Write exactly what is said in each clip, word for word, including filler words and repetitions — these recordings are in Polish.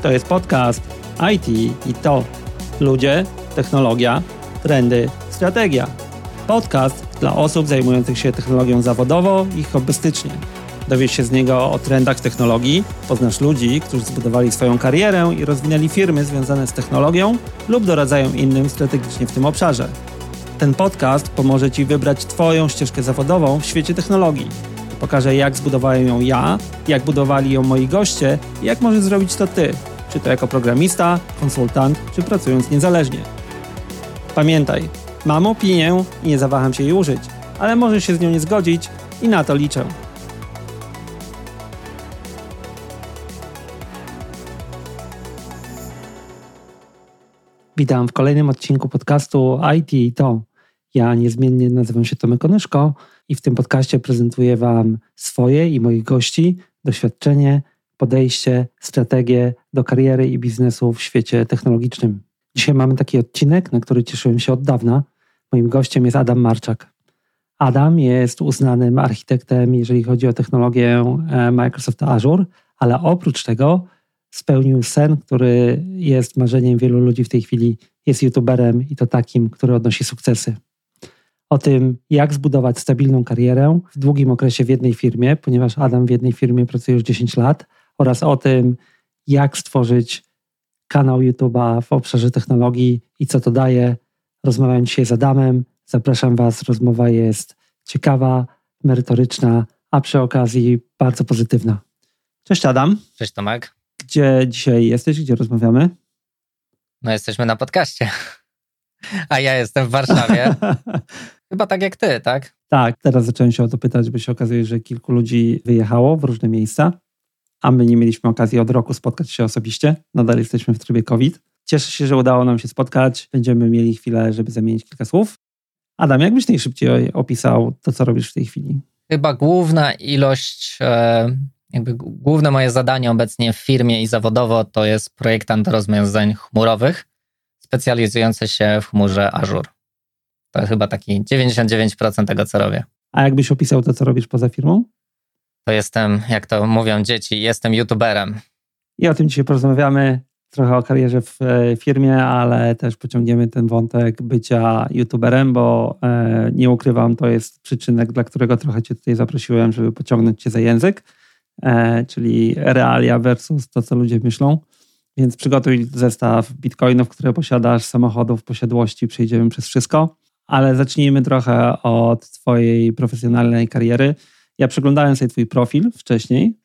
To jest podcast I T i to. Ludzie, technologia, trendy, strategia. Podcast dla osób zajmujących się technologią zawodowo i hobbystycznie. Dowiesz się z niego o trendach technologii, poznasz ludzi, którzy zbudowali swoją karierę i rozwinęli firmy związane z technologią lub doradzają innym strategicznie w tym obszarze. Ten podcast pomoże Ci wybrać Twoją ścieżkę zawodową w świecie technologii. Pokażę, jak zbudowałem ją ja, jak budowali ją moi goście i jak możesz zrobić to Ty, czy to jako programista, konsultant, czy pracując niezależnie. Pamiętaj, mam opinię i nie zawaham się jej użyć, ale możesz się z nią nie zgodzić i na to liczę. Witam w kolejnym odcinku podcastu I T i to. Ja niezmiennie nazywam się Tomek Onyszko i w tym podcaście prezentuję Wam swoje i moich gości, doświadczenie, podejście, strategię do kariery i biznesu w świecie technologicznym. Dzisiaj mamy taki odcinek, na który cieszyłem się od dawna. Moim gościem jest Adam Marczak. Adam jest uznanym architektem, jeżeli chodzi o technologię Microsoft Azure, ale oprócz tego spełnił sen, który jest marzeniem wielu ludzi w tej chwili. Jest youtuberem i to takim, który odnosi sukcesy. O tym, jak zbudować stabilną karierę w długim okresie w jednej firmie, ponieważ Adam w jednej firmie pracuje już dziesięć lat, oraz o tym, jak stworzyć kanał YouTube'a w obszarze technologii i co to daje. Rozmawiam dzisiaj z Adamem. Zapraszam Was. Rozmowa jest ciekawa, merytoryczna, a przy okazji bardzo pozytywna. Cześć Adam. Cześć Tomek. Gdzie dzisiaj jesteś? Gdzie rozmawiamy? No jesteśmy na podcaście. A ja jestem w Warszawie. Chyba tak jak ty, tak? Tak, teraz zacząłem się o to pytać, bo się okazuje, że kilku ludzi wyjechało w różne miejsca, a my nie mieliśmy okazji od roku spotkać się osobiście. Nadal jesteśmy w trybie COVID. Cieszę się, że udało nam się spotkać. Będziemy mieli chwilę, żeby zamienić kilka słów. Adam, jak byś najszybciej opisał to, co robisz w tej chwili? Chyba główna ilość, jakby główne moje zadanie obecnie w firmie i zawodowo to jest projektant rozwiązań chmurowych, specjalizujący się w chmurze Azure. To jest chyba taki dziewięćdziesiąt dziewięć procent tego, co robię. A jakbyś opisał to, co robisz poza firmą? To jestem, jak to mówią dzieci, jestem youtuberem. I o tym dzisiaj porozmawiamy. Trochę o karierze w firmie, ale też pociągniemy ten wątek bycia youtuberem, bo e, nie ukrywam, to jest przyczynek, dla którego trochę Cię tutaj zaprosiłem, żeby pociągnąć Cię za język, e, czyli realia versus to, co ludzie myślą. Więc przygotuj zestaw bitcoinów, które posiadasz, samochodów, posiadłości, przejdziemy przez wszystko. Ale zacznijmy trochę od Twojej profesjonalnej kariery. Ja przeglądałem sobie Twój profil wcześniej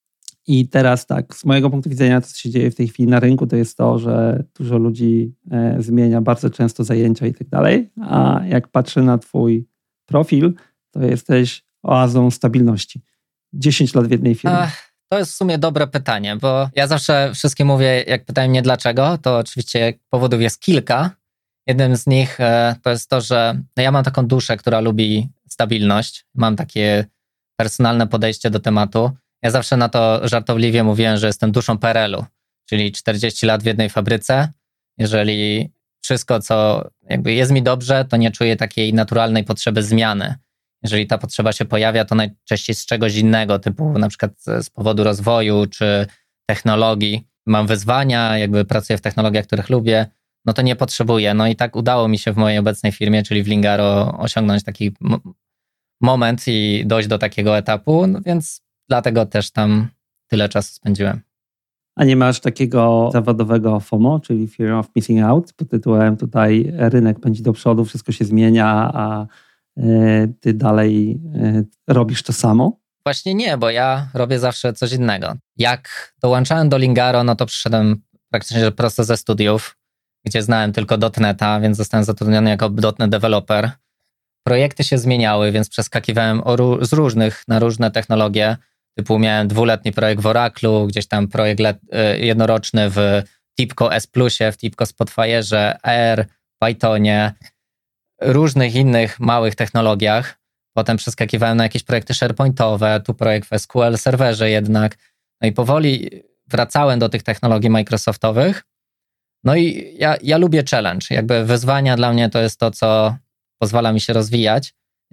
i teraz tak, z mojego punktu widzenia to, co się dzieje w tej chwili na rynku, to jest to, że dużo ludzi e, zmienia bardzo często zajęcia i tak dalej, a jak patrzę na Twój profil, to jesteś oazą stabilności. dziesięć lat w jednej firmie. Ach, to jest w sumie dobre pytanie, bo ja zawsze wszystkim mówię, jak pytają mnie dlaczego, to oczywiście powodów jest kilka. Jednym z nich e, to jest to, że no ja mam taką duszę, która lubi stabilność, mam takie personalne podejście do tematu. Ja zawsze na to żartobliwie mówiłem, że jestem duszą P R L-u, czyli czterdzieści lat w jednej fabryce. Jeżeli wszystko, co jakby jest mi dobrze, to nie czuję takiej naturalnej potrzeby zmiany. Jeżeli ta potrzeba się pojawia, to najczęściej z czegoś innego, typu na przykład z powodu rozwoju czy technologii. Mam wyzwania, jakby pracuję w technologiach, których lubię, no to nie potrzebuję. No i tak udało mi się w mojej obecnej firmie, czyli w Lingaro, osiągnąć taki m- moment i dojść do takiego etapu, no więc dlatego też tam tyle czasu spędziłem. A nie masz takiego zawodowego FOMO, czyli Fear of Missing Out, pod tytułem tutaj rynek pędzi do przodu, wszystko się zmienia, a y, ty dalej y, robisz to samo? Właśnie nie, bo ja robię zawsze coś innego. Jak dołączałem do Lingaro, no to przyszedłem praktycznie prosto ze studiów, gdzie znałem tylko dotneta, więc zostałem zatrudniony jako dotnet developer. Projekty się zmieniały, więc przeskakiwałem o, z różnych na różne technologie. Typu miałem dwuletni projekt w Oraclu, gdzieś tam projekt let, jednoroczny w TIBCO S Plusie, w TIBCO Spotfire'ze, R, Pythonie, różnych innych małych technologiach. Potem przeskakiwałem na jakieś projekty SharePointowe, tu projekt w S Q L serwerze jednak. No i powoli wracałem do tych technologii Microsoftowych. No i ja, ja lubię challenge. Jakby wyzwania dla mnie to jest to, co pozwala mi się rozwijać. Więc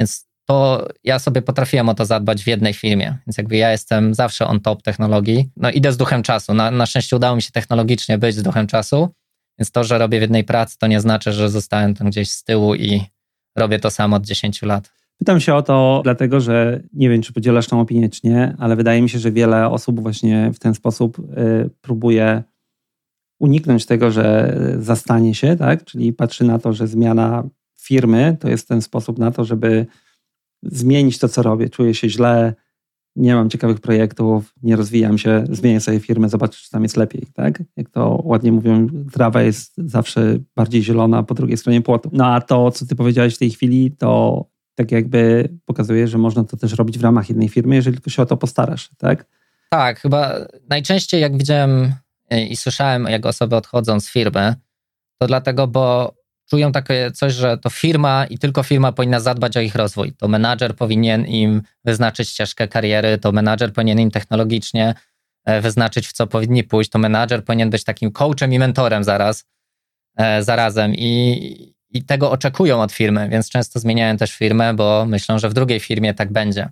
to ja sobie potrafiłem o to zadbać w jednej firmie, więc jakby ja jestem zawsze on top technologii. No idę z duchem czasu. Na, na szczęście udało mi się technologicznie być z duchem czasu, więc to, że robię w jednej pracy, to nie znaczy, że zostałem tam gdzieś z tyłu i robię to samo od dziesięciu lat. Pytam się o to dlatego, że nie wiem, czy podzielasz tą opinię, czy nie, ale wydaje mi się, że wiele osób właśnie w ten sposób y, próbuje uniknąć tego, że zastanie się, tak? Czyli patrzy na to, że zmiana firmy to jest ten sposób na to, żeby zmienić to, co robię. Czuję się źle, nie mam ciekawych projektów, nie rozwijam się, zmienię sobie firmę, zobaczę, czy tam jest lepiej, tak? Jak to ładnie mówią, trawa jest zawsze bardziej zielona po drugiej stronie płotu. No a to, co ty powiedziałeś w tej chwili, to tak jakby pokazuje, że można to też robić w ramach jednej firmy, jeżeli tylko się o to postarasz, tak? Tak, chyba najczęściej jak widziałem i słyszałem, jak osoby odchodzą z firmy, to dlatego, bo czują takie coś, że to firma i tylko firma powinna zadbać o ich rozwój. To menadżer powinien im wyznaczyć ścieżkę kariery, to menadżer powinien im technologicznie wyznaczyć, w co powinni pójść, to menadżer powinien być takim coachem i mentorem zaraz, zarazem i, i tego oczekują od firmy, więc często zmieniają też firmę, bo myślą, że w drugiej firmie tak będzie.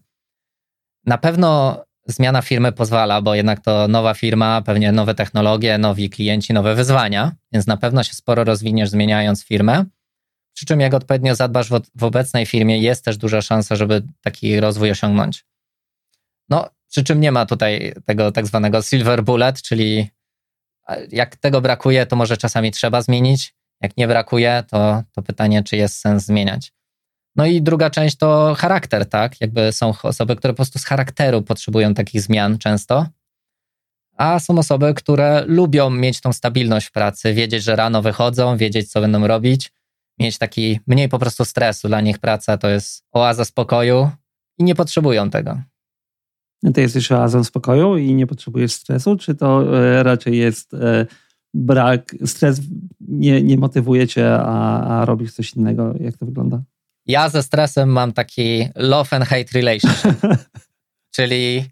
Na pewno zmiana firmy pozwala, bo jednak to nowa firma, pewnie nowe technologie, nowi klienci, nowe wyzwania, więc na pewno się sporo rozwiniesz zmieniając firmę, przy czym jak odpowiednio zadbasz w, w obecnej firmie, jest też duża szansa, żeby taki rozwój osiągnąć. No, przy czym nie ma tutaj tego tak zwanego silver bullet, czyli jak tego brakuje, to może czasami trzeba zmienić, jak nie brakuje, to, to pytanie, czy jest sens zmieniać. No i druga część to charakter, tak? Jakby są osoby, które po prostu z charakteru potrzebują takich zmian często, a są osoby, które lubią mieć tą stabilność w pracy, wiedzieć, że rano wychodzą, wiedzieć, co będą robić, mieć taki mniej po prostu stresu. Dla nich praca to jest oaza spokoju i nie potrzebują tego. Ty jesteś oazą spokoju i nie potrzebujesz stresu, czy to e, raczej jest e, brak, stres nie, nie motywuje cię, a, a robisz coś innego? Jak to wygląda? Ja ze stresem mam taki love and hate relationship, czyli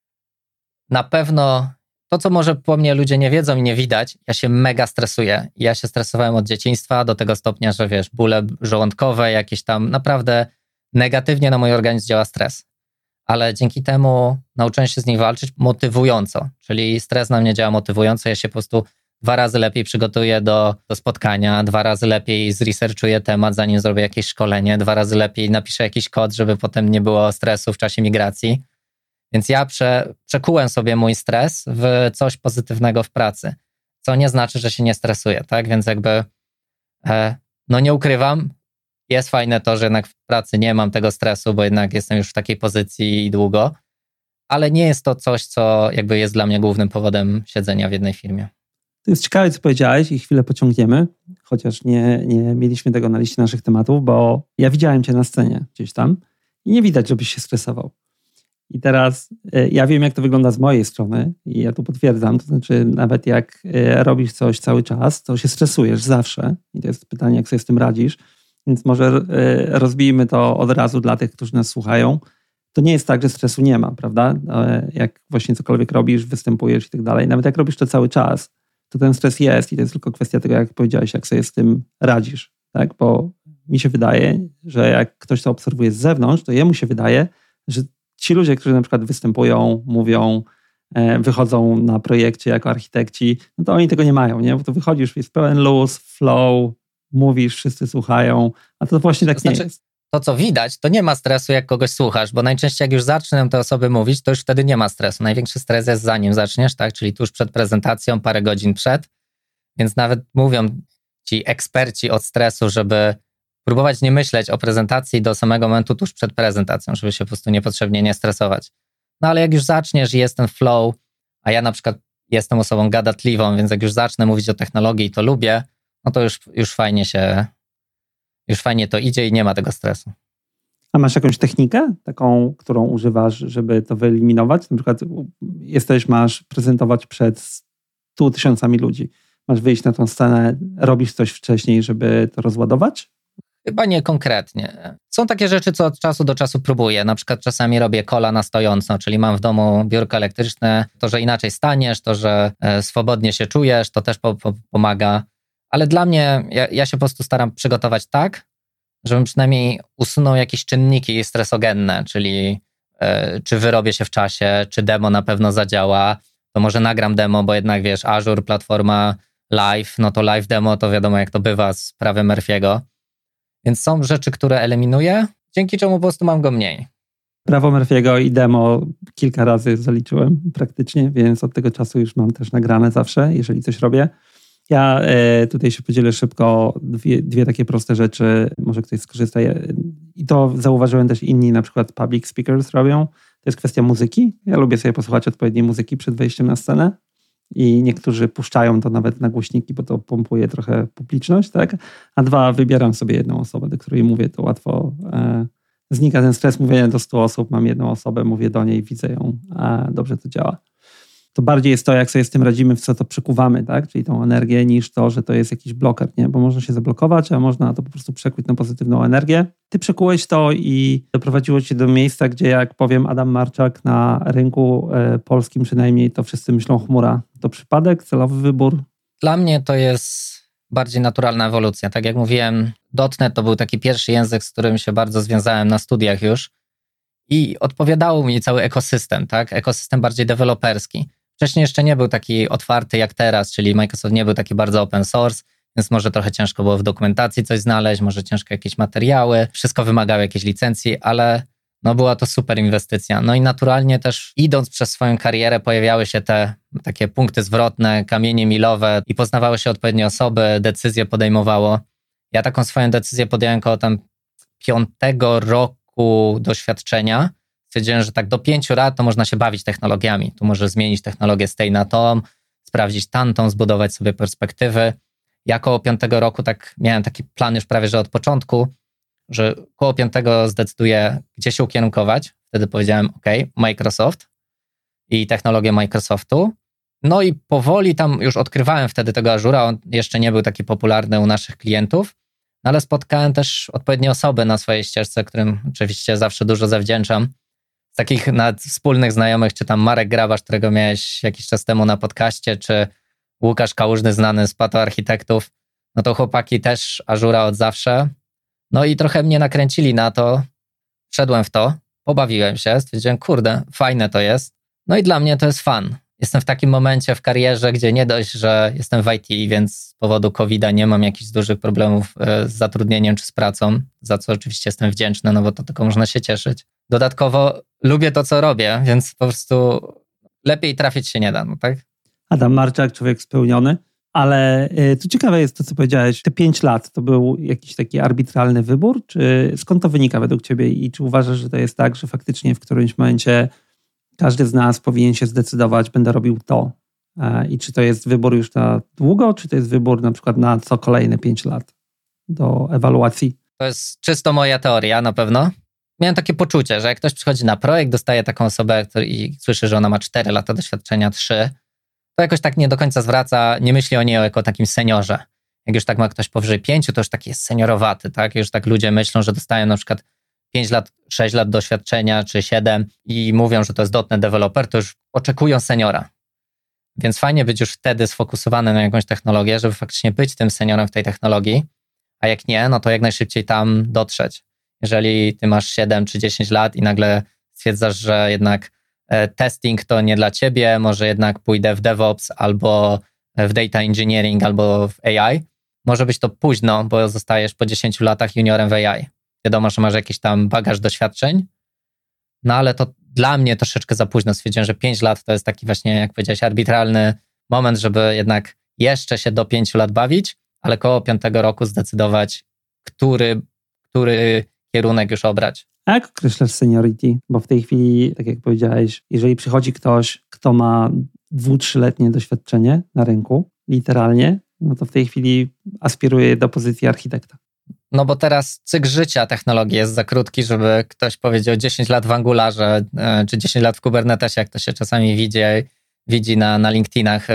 na pewno to, co może po mnie ludzie nie wiedzą i nie widać, ja się mega stresuję. Ja się stresowałem od dzieciństwa do tego stopnia, że wiesz, bóle żołądkowe, jakieś tam naprawdę negatywnie na mój organizm działa stres. Ale dzięki temu nauczyłem się z nim walczyć motywująco, czyli stres na mnie działa motywująco, ja się po prostu dwa razy lepiej przygotuję do, do spotkania, dwa razy lepiej zresearchuję temat, zanim zrobię jakieś szkolenie, dwa razy lepiej napiszę jakiś kod, żeby potem nie było stresu w czasie migracji. Więc ja prze, przekułem sobie mój stres w coś pozytywnego w pracy, co nie znaczy, że się nie stresuję, tak? Więc jakby, e, no nie ukrywam, jest fajne to, że jednak w pracy nie mam tego stresu, bo jednak jestem już w takiej pozycji długo, ale nie jest to coś, co jakby jest dla mnie głównym powodem siedzenia w jednej firmie. To jest ciekawe, co powiedziałeś i chwilę pociągniemy, chociaż nie, nie mieliśmy tego na liście naszych tematów, bo ja widziałem cię na scenie gdzieś tam i nie widać, żebyś się stresował. I teraz y, ja wiem, jak to wygląda z mojej strony i ja tu potwierdzam, to znaczy nawet jak y, robisz coś cały czas, to się stresujesz zawsze i to jest pytanie, jak sobie z tym radzisz, więc może y, rozbijmy to od razu dla tych, którzy nas słuchają. To nie jest tak, że stresu nie ma, prawda? Jak właśnie cokolwiek robisz, występujesz i tak dalej, nawet jak robisz to cały czas, to ten stres jest i to jest tylko kwestia tego, jak powiedziałeś, jak sobie z tym radzisz, tak? Bo mi się wydaje, że jak ktoś to obserwuje z zewnątrz, to jemu się wydaje, że ci ludzie, którzy na przykład występują, mówią, wychodzą na projekcie jako architekci, no to oni tego nie mają, nie? Bo to wychodzisz, jest pełen luz, flow, mówisz, wszyscy słuchają, a to właśnie tak to znaczy, nie jest. To, co widać, to nie ma stresu, jak kogoś słuchasz, bo najczęściej jak już zaczną te osoby mówić, to już wtedy nie ma stresu. Największy stres jest zanim zaczniesz, tak? Czyli tuż przed prezentacją, parę godzin przed, więc nawet mówią ci eksperci od stresu, żeby próbować nie myśleć o prezentacji do samego momentu tuż przed prezentacją, żeby się po prostu niepotrzebnie nie stresować. No ale jak już zaczniesz i jest ten flow, a ja na przykład jestem osobą gadatliwą, więc jak już zacznę mówić o technologii i to lubię, no to już, już fajnie się, już fajnie to idzie i nie ma tego stresu. A masz jakąś technikę, taką, którą używasz, żeby to wyeliminować? Na przykład jesteś, masz prezentować przed stu tysiącami ludzi. Masz wyjść na tą scenę, robisz coś wcześniej, żeby to rozładować? Chyba nie konkretnie. Są takie rzeczy, co od czasu do czasu próbuję. Na przykład czasami robię kola na stojąco, czyli mam w domu biurko elektryczne. To, że inaczej staniesz, to, że swobodnie się czujesz, to też po, po, pomaga. Ale dla mnie, ja, ja się po prostu staram przygotować tak, żebym przynajmniej usunął jakieś czynniki stresogenne, czyli yy, czy wyrobię się w czasie, czy demo na pewno zadziała, to może nagram demo, bo jednak wiesz, Azure, platforma live, no to live demo to wiadomo jak to bywa z prawem Murphy'ego. Więc są rzeczy, które eliminuję, dzięki czemu po prostu mam go mniej. Prawo Murphy'ego i demo kilka razy zaliczyłem praktycznie, więc od tego czasu już mam też nagrane zawsze, jeżeli coś robię. Ja e, tutaj się podzielę szybko dwie, dwie takie proste rzeczy, może ktoś skorzysta. I to zauważyłem też inni, na przykład public speakers robią. To jest kwestia muzyki. Ja lubię sobie posłuchać odpowiedniej muzyki przed wejściem na scenę i niektórzy puszczają to nawet na głośniki, bo to pompuje trochę publiczność, tak? A dwa, wybieram sobie jedną osobę, do której mówię, to łatwo e, znika ten stres mówienia do stu osób, mam jedną osobę, mówię do niej, widzę ją, a dobrze to działa. To bardziej jest to, jak sobie z tym radzimy, w co to przekuwamy, tak? Czyli tą energię, niż to, że to jest jakiś bloker, nie? Bo można się zablokować, a można to po prostu przekuć na pozytywną energię. Ty przekułeś to i doprowadziło cię do miejsca, gdzie jak powiem Adam Marczak na rynku e, polskim przynajmniej, to wszyscy myślą chmura. To przypadek, celowy wybór? Dla mnie to jest bardziej naturalna ewolucja. Tak jak mówiłem, dot net to był taki pierwszy język, z którym się bardzo związałem na studiach już i odpowiadał mi cały ekosystem, tak? Ekosystem bardziej deweloperski. Wcześniej jeszcze nie był taki otwarty jak teraz, czyli Microsoft nie był taki bardzo open source, więc może trochę ciężko było w dokumentacji coś znaleźć, może ciężko jakieś materiały, wszystko wymagało jakiejś licencji, ale no była to super inwestycja. No i naturalnie też idąc przez swoją karierę pojawiały się te takie punkty zwrotne, kamienie milowe i poznawały się odpowiednie osoby, decyzje podejmowało. Ja taką swoją decyzję podjąłem koło tam piątego roku doświadczenia. Stwierdziłem, że tak do pięciu lat to można się bawić technologiami. Tu możesz zmienić technologię z tej na tą, sprawdzić tamtą, zbudować sobie perspektywy. Ja koło piątego roku tak miałem taki plan już prawie, że od początku, że koło piątego zdecyduję, gdzie się ukierunkować. Wtedy powiedziałem, ok, Microsoft i technologię Microsoftu. No i powoli tam już odkrywałem wtedy tego Azure'a, on jeszcze nie był taki popularny u naszych klientów, no ale spotkałem też odpowiednie osoby na swojej ścieżce, którym oczywiście zawsze dużo zawdzięczam. Z takich nawet wspólnych znajomych, czy tam Marek Grabarz, którego miałeś jakiś czas temu na podcaście, czy Łukasz Kałużny, znany z Pato Architektów, no to chłopaki też Azure'a od zawsze. No i trochę mnie nakręcili na to, wszedłem w to, pobawiłem się, stwierdziłem, kurde, fajne to jest. No i dla mnie to jest fan. Jestem w takim momencie w karierze, gdzie nie dość, że jestem w I T, więc z powodu kowida nie mam jakichś dużych problemów z zatrudnieniem czy z pracą, za co oczywiście jestem wdzięczny, no bo to tylko można się cieszyć. Dodatkowo lubię to, co robię, więc po prostu lepiej trafić się nie da, no tak? Adam Marczak, człowiek spełniony, ale tu ciekawe jest to, co powiedziałeś. Te pięć lat to był jakiś taki arbitralny wybór, czy skąd to wynika według ciebie i czy uważasz, że to jest tak, że faktycznie w którymś momencie każdy z nas powinien się zdecydować, będę robił to. I czy to jest wybór już na długo, czy to jest wybór na przykład na co kolejne pięć lat do ewaluacji? To jest czysto moja teoria na pewno. Miałem takie poczucie, że jak ktoś przychodzi na projekt, dostaje taką osobę który, i słyszy, że ona ma cztery lata doświadczenia, trzy, to jakoś tak nie do końca zwraca, nie myśli o niej jako o takim seniorze. Jak już tak ma ktoś powyżej pięciu, to już taki jest seniorowaty, tak? Już tak ludzie myślą, że dostają na przykład pięć lat, sześć lat doświadczenia, czy siedem i mówią, że to jest dot net developer, to już oczekują seniora. Więc fajnie być już wtedy sfokusowany na jakąś technologię, żeby faktycznie być tym seniorem w tej technologii, a jak nie, no to jak najszybciej tam dotrzeć. Jeżeli ty masz siedem czy dziesięć lat i nagle stwierdzasz, że jednak testing to nie dla ciebie, może jednak pójdę w DevOps albo w Data Engineering albo w A I, może być to późno, bo zostajesz po dziesięciu latach juniorem w A I. Wiadomo, że masz jakiś tam bagaż doświadczeń, no ale to dla mnie troszeczkę za późno. Stwierdziłem, że pięć lat to jest taki właśnie, jak powiedziałeś, arbitralny moment, żeby jednak jeszcze się do pięciu lat bawić, ale koło piątego roku zdecydować, który, który kierunek już obrać. A jak określasz seniority? Bo w tej chwili, tak jak powiedziałeś, jeżeli przychodzi ktoś, kto ma dwu-, trzyletnie doświadczenie na rynku, literalnie, no to w tej chwili aspiruje do pozycji architekta. No bo teraz cykl życia technologii jest za krótki, żeby ktoś powiedział dziesięć lat w Angularze, czy dziesięć lat w Kubernetesie, jak to się czasami widzi, widzi na, na LinkedInach.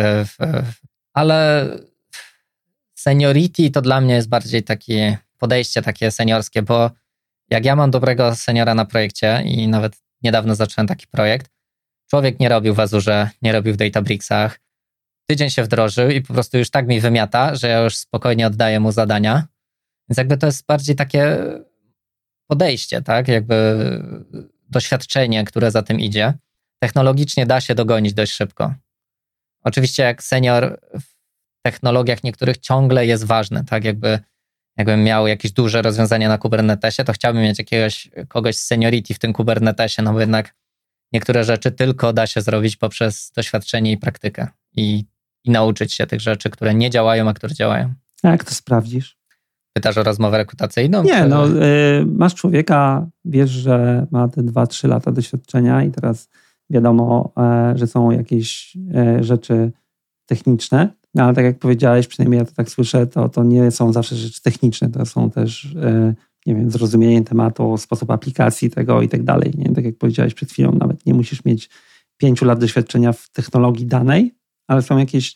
Ale seniority to dla mnie jest bardziej takie podejście takie seniorskie, bo jak ja mam dobrego seniora na projekcie i nawet niedawno zacząłem taki projekt, człowiek nie robił w Azurze, nie robił w Databricksach, tydzień się wdrożył i po prostu już tak mi wymiata, że ja już spokojnie oddaję mu zadania, Więc jakby to jest bardziej takie podejście, tak? Jakby doświadczenie, które za tym idzie. Technologicznie da się dogonić dość szybko. Oczywiście jak senior w technologiach niektórych ciągle jest ważny, tak? Jakby jakbym miał jakieś duże rozwiązania na Kubernetesie, to chciałbym mieć jakiegoś kogoś z seniority w tym Kubernetesie, no bo jednak niektóre rzeczy tylko da się zrobić poprzez doświadczenie i praktykę i, i nauczyć się tych rzeczy, które nie działają, a które działają. A jak to sprawdzisz? Pytasz o rozmowę rekrutacyjną? Nie, czy... no y, masz człowieka, wiesz, że ma te dwa trzy lata doświadczenia i teraz wiadomo, y, że są jakieś y, rzeczy techniczne, no, ale tak jak powiedziałeś, przynajmniej ja to tak słyszę, to, to nie są zawsze rzeczy techniczne, to są też y, nie wiem, zrozumienie tematu, sposób aplikacji tego i tak dalej. Nie? Tak jak powiedziałeś przed chwilą, nawet nie musisz mieć pięciu lat doświadczenia w technologii danej, ale są jakieś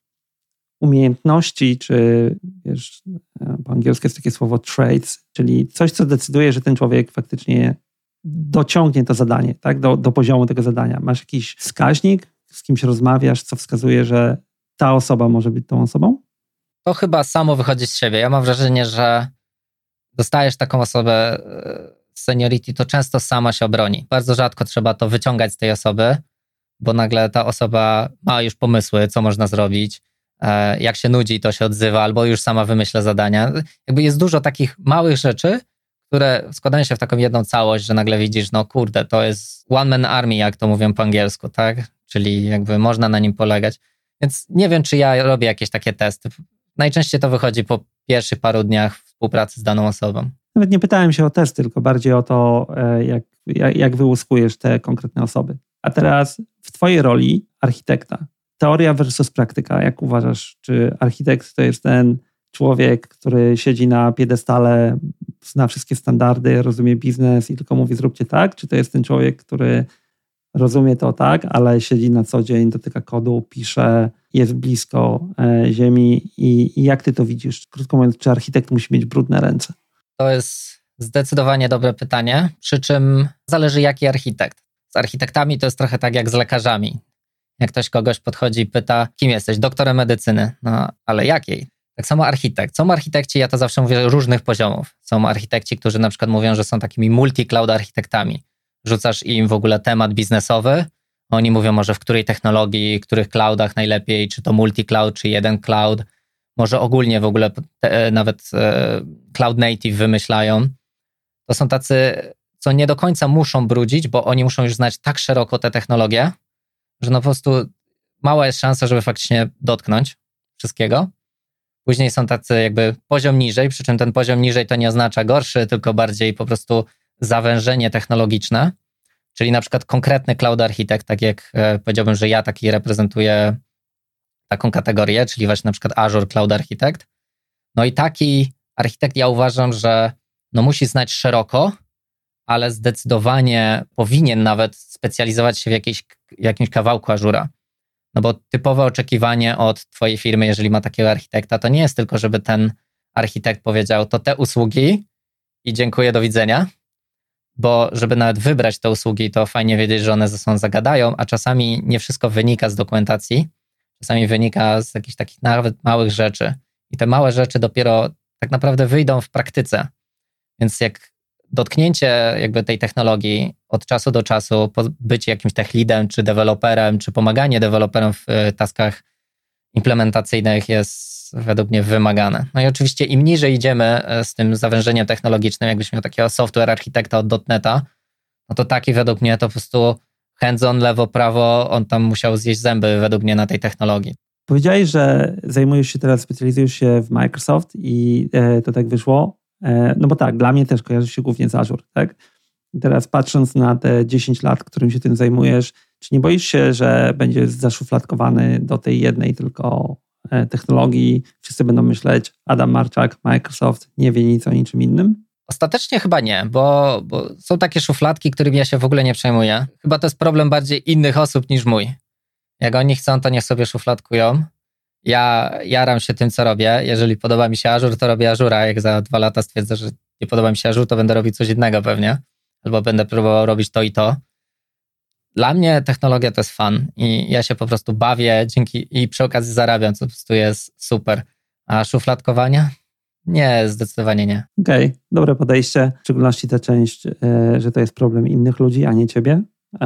umiejętności, czy wiesz, po angielsku jest takie słowo traits, czyli coś, co decyduje, że ten człowiek faktycznie dociągnie to zadanie, tak, do, do poziomu tego zadania. Masz jakiś wskaźnik, z kimś rozmawiasz, co wskazuje, że ta osoba może być tą osobą? To chyba samo wychodzi z siebie. Ja mam wrażenie, że dostajesz taką osobę z seniority, to często sama się obroni. Bardzo rzadko trzeba to wyciągać z tej osoby, bo nagle ta osoba ma już pomysły, co można zrobić. Jak się nudzi, to się odzywa, albo już sama wymyśla zadania. Jakby jest dużo takich małych rzeczy, które składają się w taką jedną całość, że nagle widzisz, no kurde, to jest one man army, jak to mówią po angielsku, tak? Czyli jakby można na nim polegać. Więc nie wiem, czy ja robię jakieś takie testy. Najczęściej to wychodzi po pierwszych paru dniach współpracy z daną osobą. Nawet nie pytałem się o testy, tylko bardziej o to, jak, jak, jak wyłuskujesz te konkretne osoby. A teraz w twojej roli architekta, teoria versus praktyka. Jak uważasz, czy architekt to jest ten człowiek, który siedzi na piedestale, zna wszystkie standardy, rozumie biznes i tylko mówi zróbcie tak? Czy to jest ten człowiek, który rozumie to tak, ale siedzi na co dzień, dotyka kodu, pisze, jest blisko e, ziemi i, i jak ty to widzisz? Krótko mówiąc, czy architekt musi mieć brudne ręce? To jest zdecydowanie dobre pytanie, przy czym zależy jaki architekt. Z architektami to jest trochę tak jak z lekarzami. Jak ktoś kogoś podchodzi i pyta, kim jesteś? Doktorem medycyny. No, ale jakiej? Tak samo architekt. Są architekci, ja to zawsze mówię, różnych poziomów. Są architekci, którzy na przykład mówią, że są takimi multi-cloud architektami. Rzucasz im w ogóle temat biznesowy, oni mówią może w której technologii, w których cloudach najlepiej, czy to multi-cloud, czy jeden cloud. Może ogólnie w ogóle te, nawet e, cloud native wymyślają. To są tacy, co nie do końca muszą brudzić, bo oni muszą już znać tak szeroko te technologie, że no po prostu mała jest szansa, żeby faktycznie dotknąć wszystkiego. Później są tacy jakby poziom niżej, przy czym ten poziom niżej to nie oznacza gorszy, tylko bardziej po prostu zawężenie technologiczne, czyli na przykład konkretny cloud architekt, tak jak e, powiedziałbym, że ja taki reprezentuję taką kategorię, czyli właśnie na przykład Azure Cloud Architect. No i taki architekt ja uważam, że no musi znać szeroko, ale zdecydowanie powinien nawet specjalizować się w jakiejś, jakimś kawałku Azure'a. No bo typowe oczekiwanie od twojej firmy, jeżeli ma takiego architekta, to nie jest tylko, żeby ten architekt powiedział, to te usługi i dziękuję, do widzenia, bo żeby nawet wybrać te usługi, to fajnie wiedzieć, że one ze sobą zagadają, a czasami nie wszystko wynika z dokumentacji, czasami wynika z jakichś takich nawet małych rzeczy i te małe rzeczy dopiero tak naprawdę wyjdą w praktyce. Więc jak dotknięcie jakby tej technologii od czasu do czasu, bycie jakimś tech leadem, czy deweloperem, czy pomaganie deweloperom w taskach implementacyjnych jest według mnie wymagane. No i oczywiście im niżej idziemy z tym zawężeniem technologicznym, jakbyś miał takiego software architekta od dotneta, no to taki według mnie to po prostu hands-on, lewo, prawo, on tam musiał zjeść zęby według mnie na tej technologii. Powiedziałeś, że zajmujesz się teraz, specjalizujesz się w Microsoft i to tak wyszło. No bo tak, dla mnie też kojarzy się głównie z Azure, tak? I teraz patrząc na te dziesięć lat, którym się tym zajmujesz, czy nie boisz się, że będziesz zaszufladkowany do tej jednej tylko technologii? Wszyscy będą myśleć, Adam Marczak, Microsoft, nie wie nic o niczym innym? Ostatecznie chyba nie, bo, bo są takie szufladki, którymi ja się w ogóle nie przejmuję. Chyba to jest problem bardziej innych osób niż mój. Jak oni chcą, to niech sobie szufladkują. Ja jaram się tym, co robię. Jeżeli podoba mi się Azure, to robię Azure'a. Jak za dwa lata stwierdzę, że nie podoba mi się Azure, to będę robić coś innego pewnie. Albo będę próbował robić to i to. Dla mnie technologia to jest fun i ja się po prostu bawię dzięki i przy okazji zarabiam, co po prostu jest super. A szufladkowania? Nie, zdecydowanie nie. Okej, okay, dobre podejście. W szczególności ta część, że to jest problem innych ludzi, a nie ciebie.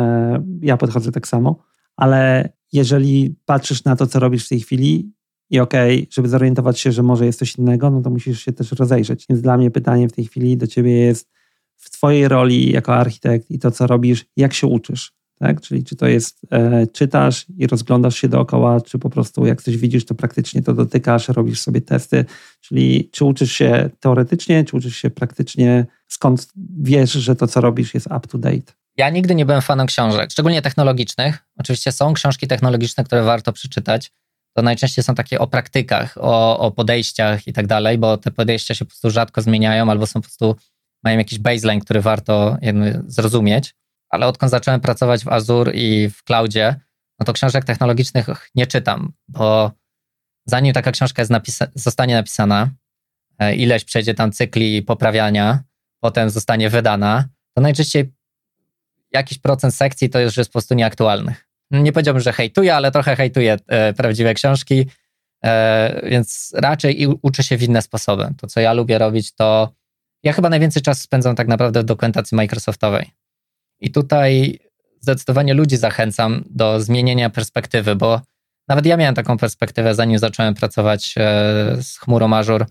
Ja podchodzę tak samo, ale jeżeli patrzysz na to, co robisz w tej chwili i okej, okay, żeby zorientować się, że może jest coś innego, no to musisz się też rozejrzeć. Więc dla mnie pytanie w tej chwili do ciebie jest w twojej roli jako architekt i to, co robisz, jak się uczysz? Tak? Czyli czy to jest e, czytasz i rozglądasz się dookoła, czy po prostu jak coś widzisz, to praktycznie to dotykasz, robisz sobie testy, czyli czy uczysz się teoretycznie, czy uczysz się praktycznie, skąd wiesz, że to, co robisz, jest up to date? Ja nigdy nie byłem fanem książek, szczególnie technologicznych. Oczywiście są książki technologiczne, które warto przeczytać. To najczęściej są takie o praktykach, o, o podejściach i tak dalej, bo te podejścia się po prostu rzadko zmieniają albo są po prostu, mają jakiś baseline, który warto zrozumieć. Ale odkąd zacząłem pracować w Azure i w cloudzie, no to książek technologicznych nie czytam, bo zanim taka książka jest napisa- zostanie napisana, ileś przejdzie tam cykli poprawiania, potem zostanie wydana, to najczęściej jakiś procent sekcji to już jest po prostu nieaktualnych. Nie powiedziałbym, że hejtuję, ale trochę hejtuję e, prawdziwe książki, e, więc raczej i uczę się w inne sposoby. To, co ja lubię robić, to ja chyba najwięcej czasu spędzam tak naprawdę w dokumentacji Microsoftowej. I tutaj zdecydowanie ludzi zachęcam do zmienienia perspektywy, bo nawet ja miałem taką perspektywę, zanim zacząłem pracować z chmurą Azure,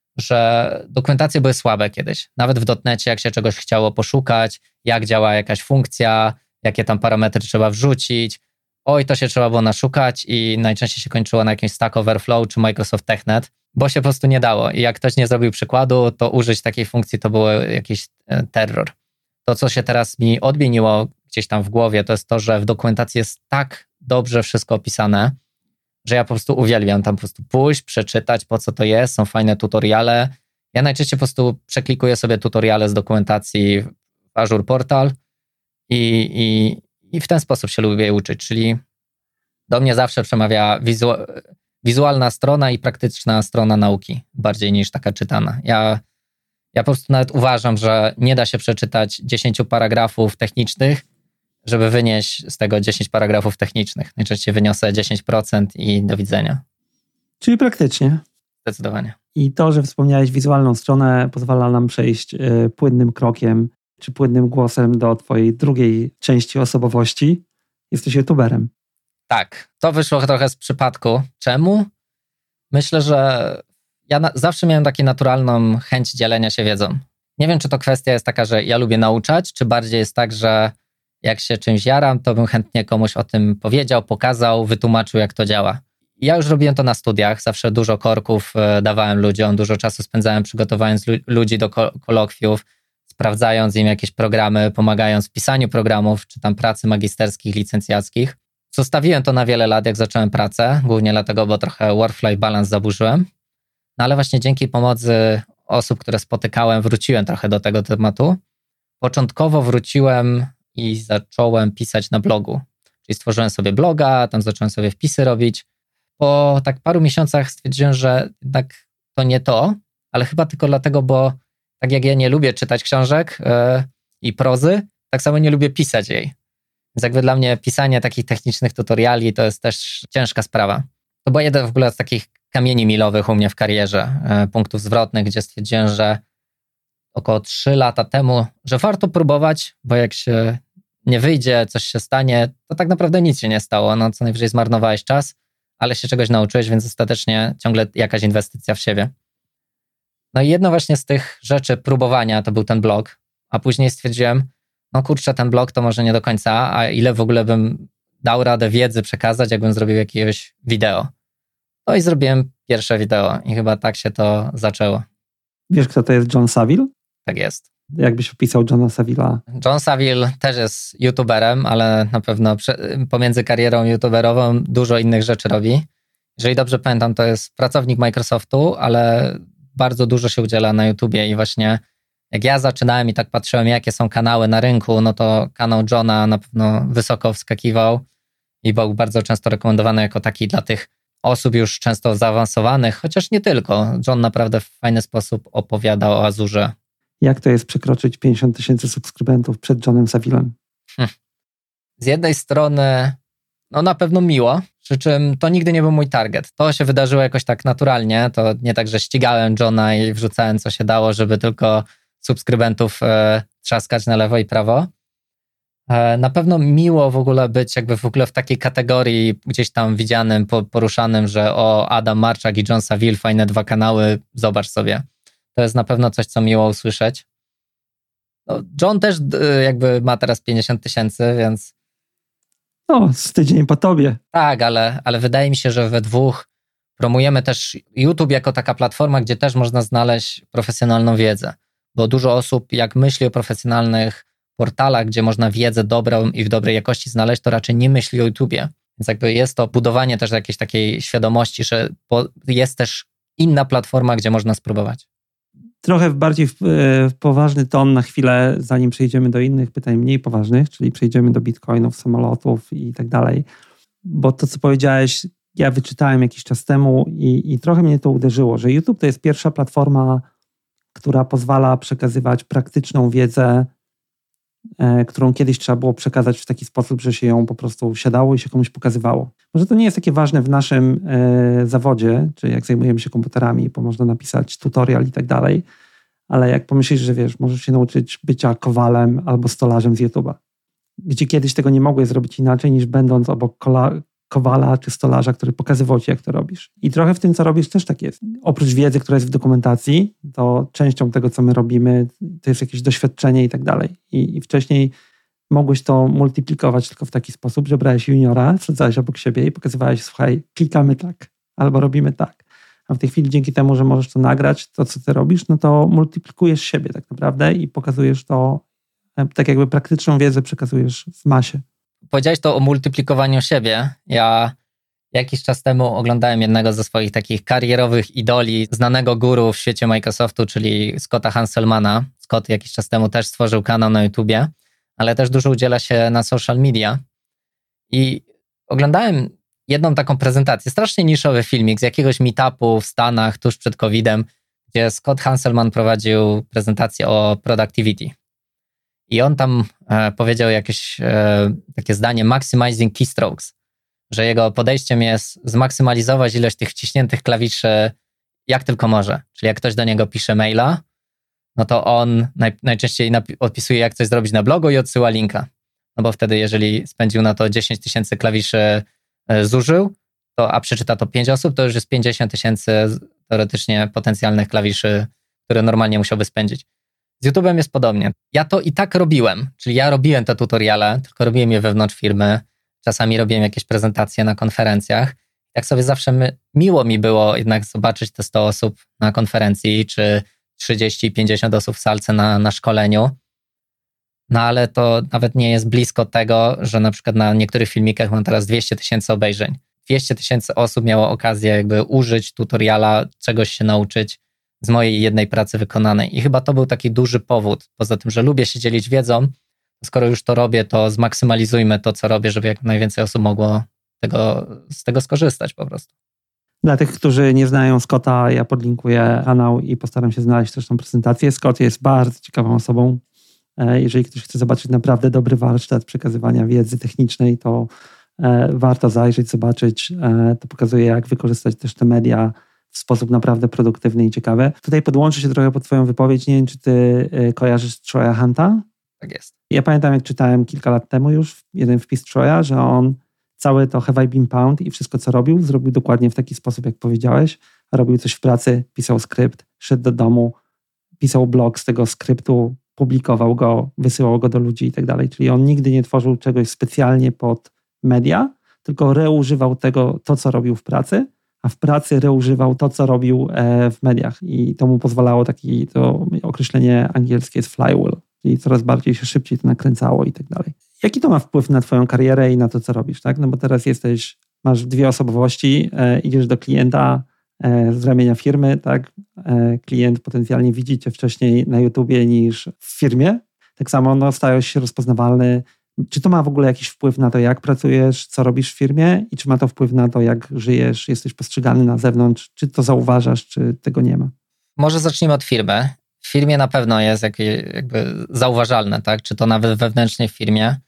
że dokumentacje były słabe kiedyś. Nawet w dotnecie, jak się czegoś chciało poszukać, jak działa jakaś funkcja, jakie tam parametry trzeba wrzucić, oj, to się trzeba było naszukać i najczęściej się kończyło na jakimś Stack Overflow czy Microsoft TechNet, bo się po prostu nie dało. I jak ktoś nie zrobił przykładu, to użyć takiej funkcji to był jakiś terror. To, co się teraz mi odmieniło gdzieś tam w głowie, to jest to, że w dokumentacji jest tak dobrze wszystko opisane, że ja po prostu uwielbiam tam po prostu pójść, przeczytać, po co to jest, są fajne tutoriale. Ja najczęściej po prostu przeklikuję sobie tutoriale z dokumentacji w Azure Portal i, i, i w ten sposób się lubię uczyć, czyli do mnie zawsze przemawia wizu- wizualna strona i praktyczna strona nauki, bardziej niż taka czytana. Ja Ja po prostu nawet uważam, że nie da się przeczytać dziesięciu paragrafów technicznych, żeby wynieść z tego dziesięć paragrafów technicznych. Najczęściej wyniosę dziesięć procent i do widzenia. Czyli praktycznie. Zdecydowanie. I to, że wspomniałeś wizualną stronę, pozwala nam przejść y, płynnym krokiem, czy płynnym głosem do twojej drugiej części osobowości. Jesteś youtuberem. Tak, to wyszło trochę z przypadku. Czemu? Myślę, że ja na, zawsze miałem taką naturalną chęć dzielenia się wiedzą. Nie wiem, czy to kwestia jest taka, że ja lubię nauczać, czy bardziej jest tak, że jak się czymś jaram, to bym chętnie komuś o tym powiedział, pokazał, wytłumaczył, jak to działa. Ja już robiłem to na studiach, zawsze dużo korków dawałem ludziom, dużo czasu spędzałem przygotowując lu- ludzi do kol- kolokwiów, sprawdzając im jakieś programy, pomagając w pisaniu programów, czy tam pracy magisterskich, licencjackich. Zostawiłem to na wiele lat, jak zacząłem pracę, głównie dlatego, bo trochę work-life balance zaburzyłem. No ale właśnie dzięki pomocy osób, które spotykałem, wróciłem trochę do tego tematu. Początkowo wróciłem i zacząłem pisać na blogu. Czyli stworzyłem sobie bloga, tam zacząłem sobie wpisy robić. Po tak paru miesiącach stwierdziłem, że jednak to nie to, ale chyba tylko dlatego, bo tak jak ja nie lubię czytać książek yy, i prozy, tak samo nie lubię pisać jej. Więc jakby dla mnie pisanie takich technicznych tutoriali to jest też ciężka sprawa. To była jeden w ogóle z takich kamieni milowych u mnie w karierze, yy, punktów zwrotnych, gdzie stwierdziłem, że około trzy lata temu, że warto próbować, bo jak się nie wyjdzie, coś się stanie, to tak naprawdę nic się nie stało. No, co najwyżej zmarnowałeś czas, ale się czegoś nauczyłeś, więc ostatecznie ciągle jakaś inwestycja w siebie. No i jedno właśnie z tych rzeczy próbowania to był ten blog, a później stwierdziłem, no kurczę, ten blog to może nie do końca, a ile w ogóle bym dał radę wiedzy przekazać, jakbym zrobił jakiegoś wideo. No i zrobiłem pierwsze wideo i chyba tak się to zaczęło. Wiesz, kto to jest John Saville? Tak jest. Jakbyś opisał Johna Saville'a? John Saville też jest youtuberem, ale na pewno pomiędzy karierą youtuberową dużo innych rzeczy robi. Jeżeli dobrze pamiętam, to jest pracownik Microsoftu, ale bardzo dużo się udziela na YouTubie i właśnie jak ja zaczynałem i tak patrzyłem, jakie są kanały na rynku, no to kanał Johna na pewno wysoko wskakiwał i był bardzo często rekomendowany jako taki dla tych osób już często zaawansowanych, chociaż nie tylko. John naprawdę w fajny sposób opowiada o Azurze. Jak to jest przekroczyć pięćdziesiąt tysięcy subskrybentów przed Johnem Savillem? Hm. Z jednej strony No na pewno miło, przy czym to nigdy nie był mój target. To się wydarzyło jakoś tak naturalnie, to nie tak, że ścigałem Johna i wrzucałem co się dało, żeby tylko subskrybentów e, trzaskać na lewo i prawo. E, na pewno miło w ogóle być jakby w ogóle w takiej kategorii gdzieś tam widzianym, po, poruszanym, że o Adam Marczak i John Saville, fajne dwa kanały, zobacz sobie. To jest na pewno coś, co miło usłyszeć. No, John też e, jakby ma teraz pięćdziesiąt tysięcy, więc no, z tydzień po tobie. Tak, ale, ale wydaje mi się, że we dwóch promujemy też YouTube jako taka platforma, gdzie też można znaleźć profesjonalną wiedzę, bo dużo osób jak myśli o profesjonalnych portalach, gdzie można wiedzę dobrą i w dobrej jakości znaleźć, to raczej nie myśli o YouTubie. Więc jakby jest to budowanie też jakiejś takiej świadomości, że jest też inna platforma, gdzie można spróbować. Trochę bardziej w, w poważny ton na chwilę, zanim przejdziemy do innych pytań mniej poważnych, czyli przejdziemy do bitcoinów, samolotów i tak dalej. Bo to, co powiedziałeś, ja wyczytałem jakiś czas temu i, i trochę mnie to uderzyło, że YouTube to jest pierwsza platforma, która pozwala przekazywać praktyczną wiedzę, e, którą kiedyś trzeba było przekazać w taki sposób, że się ją po prostu siadało i się komuś pokazywało. Może to nie jest takie ważne w naszym e, zawodzie, czy jak zajmujemy się komputerami, bo można napisać tutorial i tak dalej, ale jak pomyślisz, że wiesz, możesz się nauczyć bycia kowalem albo stolarzem z YouTube'a, gdzie kiedyś tego nie mogłeś zrobić inaczej niż będąc obok kola, kowala czy stolarza, który pokazywał ci, jak to robisz. I trochę w tym, co robisz, też tak jest. Oprócz wiedzy, która jest w dokumentacji, to częścią tego, co my robimy, to jest jakieś doświadczenie i tak dalej. I, i wcześniej mogłeś to multiplikować tylko w taki sposób, że brałeś juniora, wsadzałeś obok siebie i pokazywałeś, słuchaj, klikamy tak, albo robimy tak. A w tej chwili dzięki temu, że możesz to nagrać, to co ty robisz, no to multiplikujesz siebie tak naprawdę i pokazujesz to, tak jakby praktyczną wiedzę przekazujesz w masie. Powiedziałeś to o multiplikowaniu siebie. Ja jakiś czas temu oglądałem jednego ze swoich takich karierowych idoli, znanego guru w świecie Microsoftu, czyli Scotta Hanselmana. Scott jakiś czas temu też stworzył kanał na YouTubie, ale też dużo udziela się na social media. I oglądałem jedną taką prezentację, strasznie niszowy filmik z jakiegoś meetupu w Stanach tuż przed kowidem, gdzie Scott Hanselman prowadził prezentację o productivity. I on tam e, powiedział jakieś e, takie zdanie maximizing keystrokes, że jego podejściem jest zmaksymalizować ilość tych wciśniętych klawiszy jak tylko może. Czyli jak ktoś do niego pisze maila, no to on naj, najczęściej napi- odpisuje, jak coś zrobić na blogu i odsyła linka. No bo wtedy, jeżeli spędził na to dziesięć tysięcy klawiszy e, zużył, to, a przeczyta to pięć osób, to już jest pięćdziesiąt tysięcy teoretycznie potencjalnych klawiszy, które normalnie musiałby spędzić. Z YouTube'em jest podobnie. Ja to i tak robiłem, czyli ja robiłem te tutoriale, tylko robiłem je wewnątrz firmy, czasami robiłem jakieś prezentacje na konferencjach. Tak sobie zawsze my, miło mi było jednak zobaczyć te sto osób na konferencji, czy trzydzieści pięćdziesiąt osób w salce na, na szkoleniu. No ale to nawet nie jest blisko tego, że na przykład na niektórych filmikach mam teraz dwieście tysięcy obejrzeń. dwieście tysięcy osób miało okazję jakby użyć tutoriala, czegoś się nauczyć z mojej jednej pracy wykonanej. I chyba to był taki duży powód. Poza tym, że lubię się dzielić wiedzą, skoro już to robię, to zmaksymalizujmy to, co robię, żeby jak najwięcej osób mogło tego, z tego skorzystać po prostu. Dla tych, którzy nie znają Scotta, ja podlinkuję kanał i postaram się znaleźć też tą prezentację. Scott jest bardzo ciekawą osobą. Jeżeli ktoś chce zobaczyć naprawdę dobry warsztat przekazywania wiedzy technicznej, to warto zajrzeć, zobaczyć. To pokazuje, jak wykorzystać też te media w sposób naprawdę produktywny i ciekawy. Tutaj podłączę się trochę pod twoją wypowiedź. Nie wiem, czy ty kojarzysz Troya Hunta? Tak jest. Ja pamiętam, jak czytałem kilka lat temu już jeden wpis Troya, że on całe to Have I Been Pound i wszystko, co robił, zrobił dokładnie w taki sposób, jak powiedziałeś. Robił coś w pracy, pisał skrypt, szedł do domu, pisał blog z tego skryptu, publikował go, wysyłał go do ludzi i tak dalej. Czyli on nigdy nie tworzył czegoś specjalnie pod media, tylko reużywał tego, to, co robił w pracy, a w pracy reużywał to, co robił w mediach. I to mu pozwalało, taki, to określenie angielskie jest flywheel, czyli coraz bardziej się szybciej to nakręcało i tak dalej. Jaki to ma wpływ na twoją karierę i na to, co robisz, tak? No bo teraz jesteś, masz dwie osobowości, e, idziesz do klienta e, z ramienia firmy, tak? E, klient potencjalnie widzi cię wcześniej na YouTubie niż w firmie. Tak samo no, stajesz się rozpoznawalny. Czy to ma w ogóle jakiś wpływ na to, jak pracujesz, co robisz w firmie i czy ma to wpływ na to, jak żyjesz, jesteś postrzegany na zewnątrz? Czy to zauważasz, czy tego nie ma? Może zacznijmy od firmy. W firmie na pewno jest jakby zauważalne, tak? Czy to nawet wewnętrznie w firmie.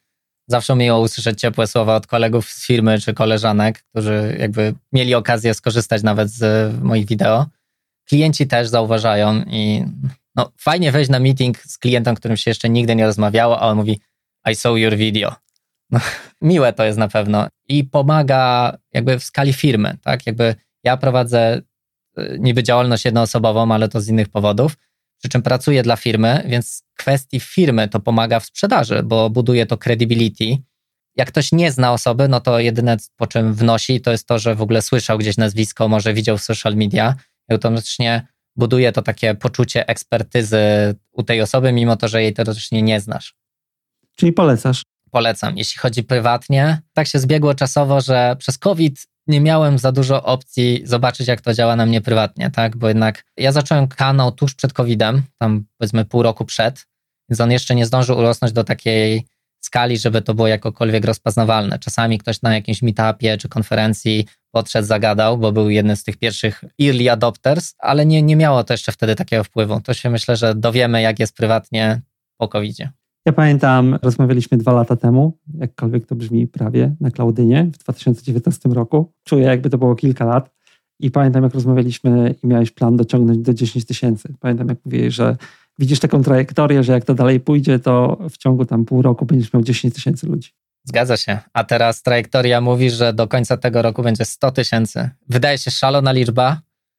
zawsze miło usłyszeć ciepłe słowa od kolegów z firmy czy koleżanek, którzy jakby mieli okazję skorzystać nawet z moich wideo. Klienci też zauważają i no, fajnie wejść na meeting z klientem, którym się jeszcze nigdy nie rozmawiało, a on mówi I saw your video. No, miłe to jest na pewno i pomaga jakby w skali firmy, tak? Jakby ja prowadzę niby działalność jednoosobową, ale to z innych powodów, przy czym pracuję dla firmy, więc w kwestii firmy to pomaga w sprzedaży, bo buduje to credibility. Jak ktoś nie zna osoby, no to jedyne po czym wnosi, to jest to, że w ogóle słyszał gdzieś nazwisko, może widział w social media i automatycznie buduje to takie poczucie ekspertyzy u tej osoby, mimo to, że jej teoretycznie nie znasz. Czyli polecasz? Polecam. Jeśli chodzi prywatnie, tak się zbiegło czasowo, że przez COVID nie miałem za dużo opcji zobaczyć, jak to działa na mnie prywatnie, tak? Bo jednak ja zacząłem kanał tuż przed kowidem, tam powiedzmy pół roku przed, więc on jeszcze nie zdążył urosnąć do takiej skali, żeby to było jakokolwiek rozpoznawalne. Czasami ktoś na jakimś meetupie czy konferencji podszedł, zagadał, bo był jeden z tych pierwszych early adopters, ale nie, nie miało to jeszcze wtedy takiego wpływu. To się myślę, że dowiemy, jak jest prywatnie po kowidzie. Ja pamiętam, rozmawialiśmy dwa lata temu, jakkolwiek to brzmi prawie, na Klaudynie w dwa tysiące dziewiętnastym roku. Czuję, jakby to było kilka lat i pamiętam, jak rozmawialiśmy i miałeś plan dociągnąć do dziesięć tysięcy. Pamiętam, jak mówiłeś, że widzisz taką trajektorię, że jak to dalej pójdzie, to w ciągu tam pół roku będziesz miał dziesięć tysięcy ludzi. Zgadza się. A teraz trajektoria mówi, że do końca tego roku będzie sto tysięcy. Wydaje się szalona liczba,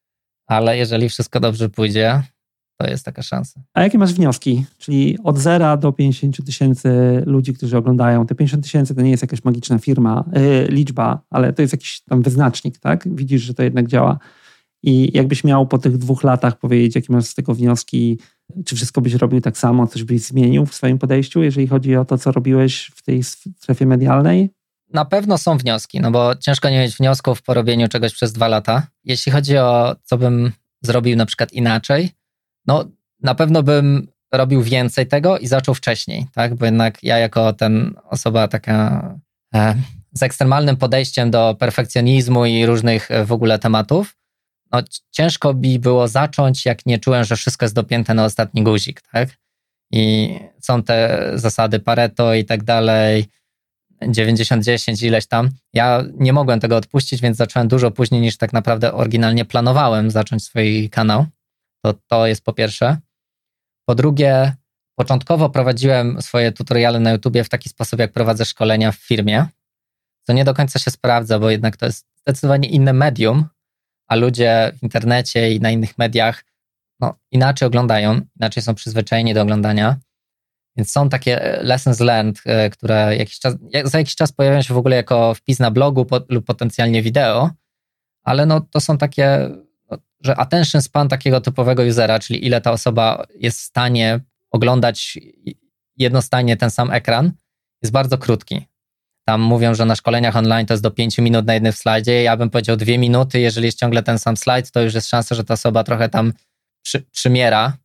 ale jeżeli wszystko dobrze pójdzie, to jest taka szansa. A jakie masz wnioski? Czyli od zera do pięćdziesięciu tysięcy ludzi, którzy oglądają. Te pięćdziesiąt tysięcy to nie jest jakaś magiczna firma, yy, liczba, ale to jest jakiś tam wyznacznik, tak? Widzisz, że to jednak działa. I jakbyś miał po tych dwóch latach powiedzieć, jakie masz z tego wnioski, czy wszystko byś robił tak samo, coś byś zmienił w swoim podejściu, jeżeli chodzi o to, co robiłeś w tej strefie medialnej? Na pewno są wnioski, no bo ciężko nie mieć wniosków po robieniu czegoś przez dwa lata. Jeśli chodzi o co bym zrobił na przykład inaczej, no na pewno bym robił więcej tego i zaczął wcześniej, tak? Bo jednak ja jako ten osoba taka e, z ekstremalnym podejściem do perfekcjonizmu i różnych w ogóle tematów, no ciężko mi było zacząć, jak nie czułem, że wszystko jest dopięte na ostatni guzik, tak? I są te zasady Pareto i tak dalej, dziewięćdziesiąt dziesięć ileś tam. Ja nie mogłem tego odpuścić, więc zacząłem dużo później niż tak naprawdę oryginalnie planowałem zacząć swój kanał. To, to jest po pierwsze. Po drugie, początkowo prowadziłem swoje tutoriale na YouTubie w taki sposób, jak prowadzę szkolenia w firmie, co nie do końca się sprawdza, bo jednak to jest zdecydowanie inne medium, a ludzie w internecie i na innych mediach no, inaczej oglądają, inaczej są przyzwyczajeni do oglądania. Więc są takie lessons learned, które jakiś czas, za jakiś czas pojawiają się w ogóle jako wpis na blogu po, lub potencjalnie wideo, ale no, to są takie, że attention span takiego typowego usera, czyli ile ta osoba jest w stanie oglądać jednostanie ten sam ekran, jest bardzo krótki. Tam mówią, że na szkoleniach online to jest do pięciu minut na jednym slajdzie. Ja bym powiedział dwie minuty. Jeżeli jest ciągle ten sam slajd, to już jest szansa, że ta osoba trochę tam przy, przymiera.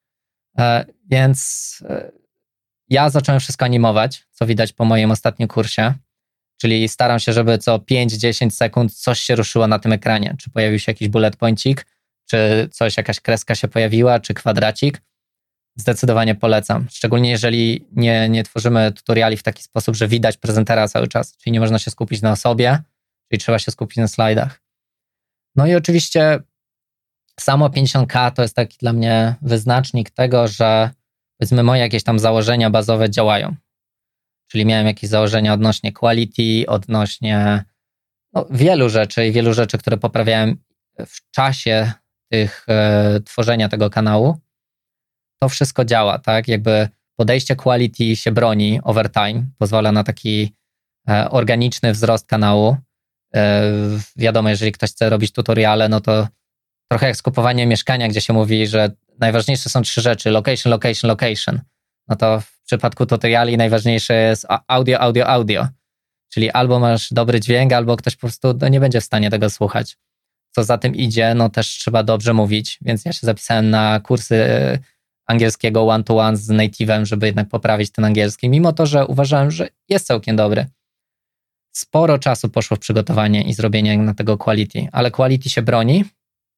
E, więc e, ja zacząłem wszystko animować, co widać po moim ostatnim kursie. Czyli staram się, żeby co pięć do dziesięciu sekund coś się ruszyło na tym ekranie. Czy pojawił się jakiś bullet pointik, czy coś, jakaś kreska się pojawiła, czy kwadracik. Zdecydowanie polecam. Szczególnie jeżeli nie, nie tworzymy tutoriali w taki sposób, że widać prezentera cały czas, czyli nie można się skupić na osobie, czyli trzeba się skupić na slajdach. No i oczywiście samo pięćdziesiąt tysięcy to jest taki dla mnie wyznacznik tego, że powiedzmy moje jakieś tam założenia bazowe działają. Czyli miałem jakieś założenia odnośnie quality, odnośnie no, wielu rzeczy i wielu rzeczy, które poprawiałem w czasie tych, e, tworzenia tego kanału. To wszystko działa, tak? Jakby podejście quality się broni over time, pozwala na taki e, organiczny wzrost kanału. E, wiadomo, jeżeli ktoś chce robić tutoriale, no to trochę jak skupowanie mieszkania, gdzie się mówi, że najważniejsze są trzy rzeczy, location, location, location. No to w przypadku tutoriali najważniejsze jest audio, audio, audio. Czyli albo masz dobry dźwięk, albo ktoś po prostu no, nie będzie w stanie tego słuchać. Co za tym idzie, no też trzeba dobrze mówić, więc ja się zapisałem na kursy angielskiego one-to-one z native'em, żeby jednak poprawić ten angielski, mimo to, że uważałem, że jest całkiem dobry. Sporo czasu poszło w przygotowanie i zrobienie na tego quality, ale quality się broni,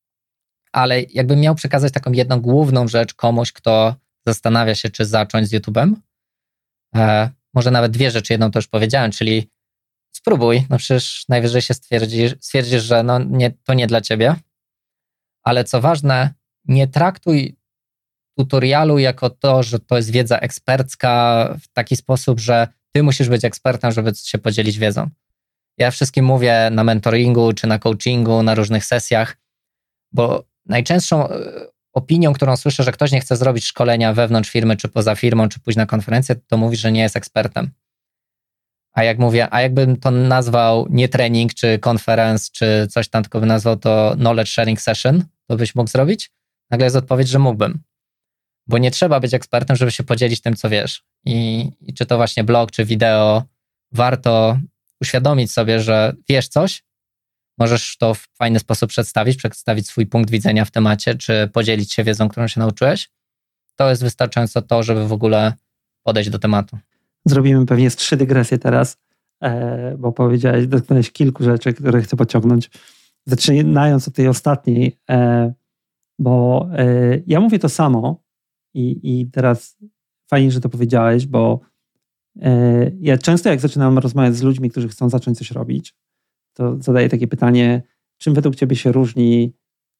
ale jakbym miał przekazać taką jedną główną rzecz komuś, kto zastanawia się, czy zacząć z YouTube'em, może nawet dwie rzeczy, jedną to już powiedziałem, czyli spróbuj, no przecież najwyżej się stwierdzisz, stwierdzisz, że no nie, to nie dla ciebie, ale co ważne, nie traktuj tutorialu jako to, że to jest wiedza ekspercka w taki sposób, że ty musisz być ekspertem, żeby się podzielić wiedzą. Ja wszystkim mówię na mentoringu, czy na coachingu, na różnych sesjach, bo najczęstszą opinią, którą słyszę, że ktoś nie chce zrobić szkolenia wewnątrz firmy, czy poza firmą, czy pójść na konferencję, to mówi, że nie jest ekspertem. A jak mówię, a jakbym to nazwał nie trening, czy konferenc, czy coś tam, tylko bym nazwał to knowledge sharing session, to byś mógł zrobić? Nagle jest odpowiedź, że mógłbym. Bo nie trzeba być ekspertem, żeby się podzielić tym, co wiesz. I, i czy to właśnie blog, czy wideo, warto uświadomić sobie, że wiesz coś, możesz to w fajny sposób przedstawić, przedstawić swój punkt widzenia w temacie, czy podzielić się wiedzą, którą się nauczyłeś. To jest wystarczająco to, żeby w ogóle podejść do tematu. Zrobimy pewnie z trzy dygresje teraz, e, bo powiedziałeś, dotknąłeś kilku rzeczy, które chcę pociągnąć. Zaczynając od tej ostatniej, e, bo e, ja mówię to samo i, i teraz fajnie, że to powiedziałeś, bo e, ja często jak zaczynam rozmawiać z ludźmi, którzy chcą zacząć coś robić, to zadaję takie pytanie, czym według ciebie się różni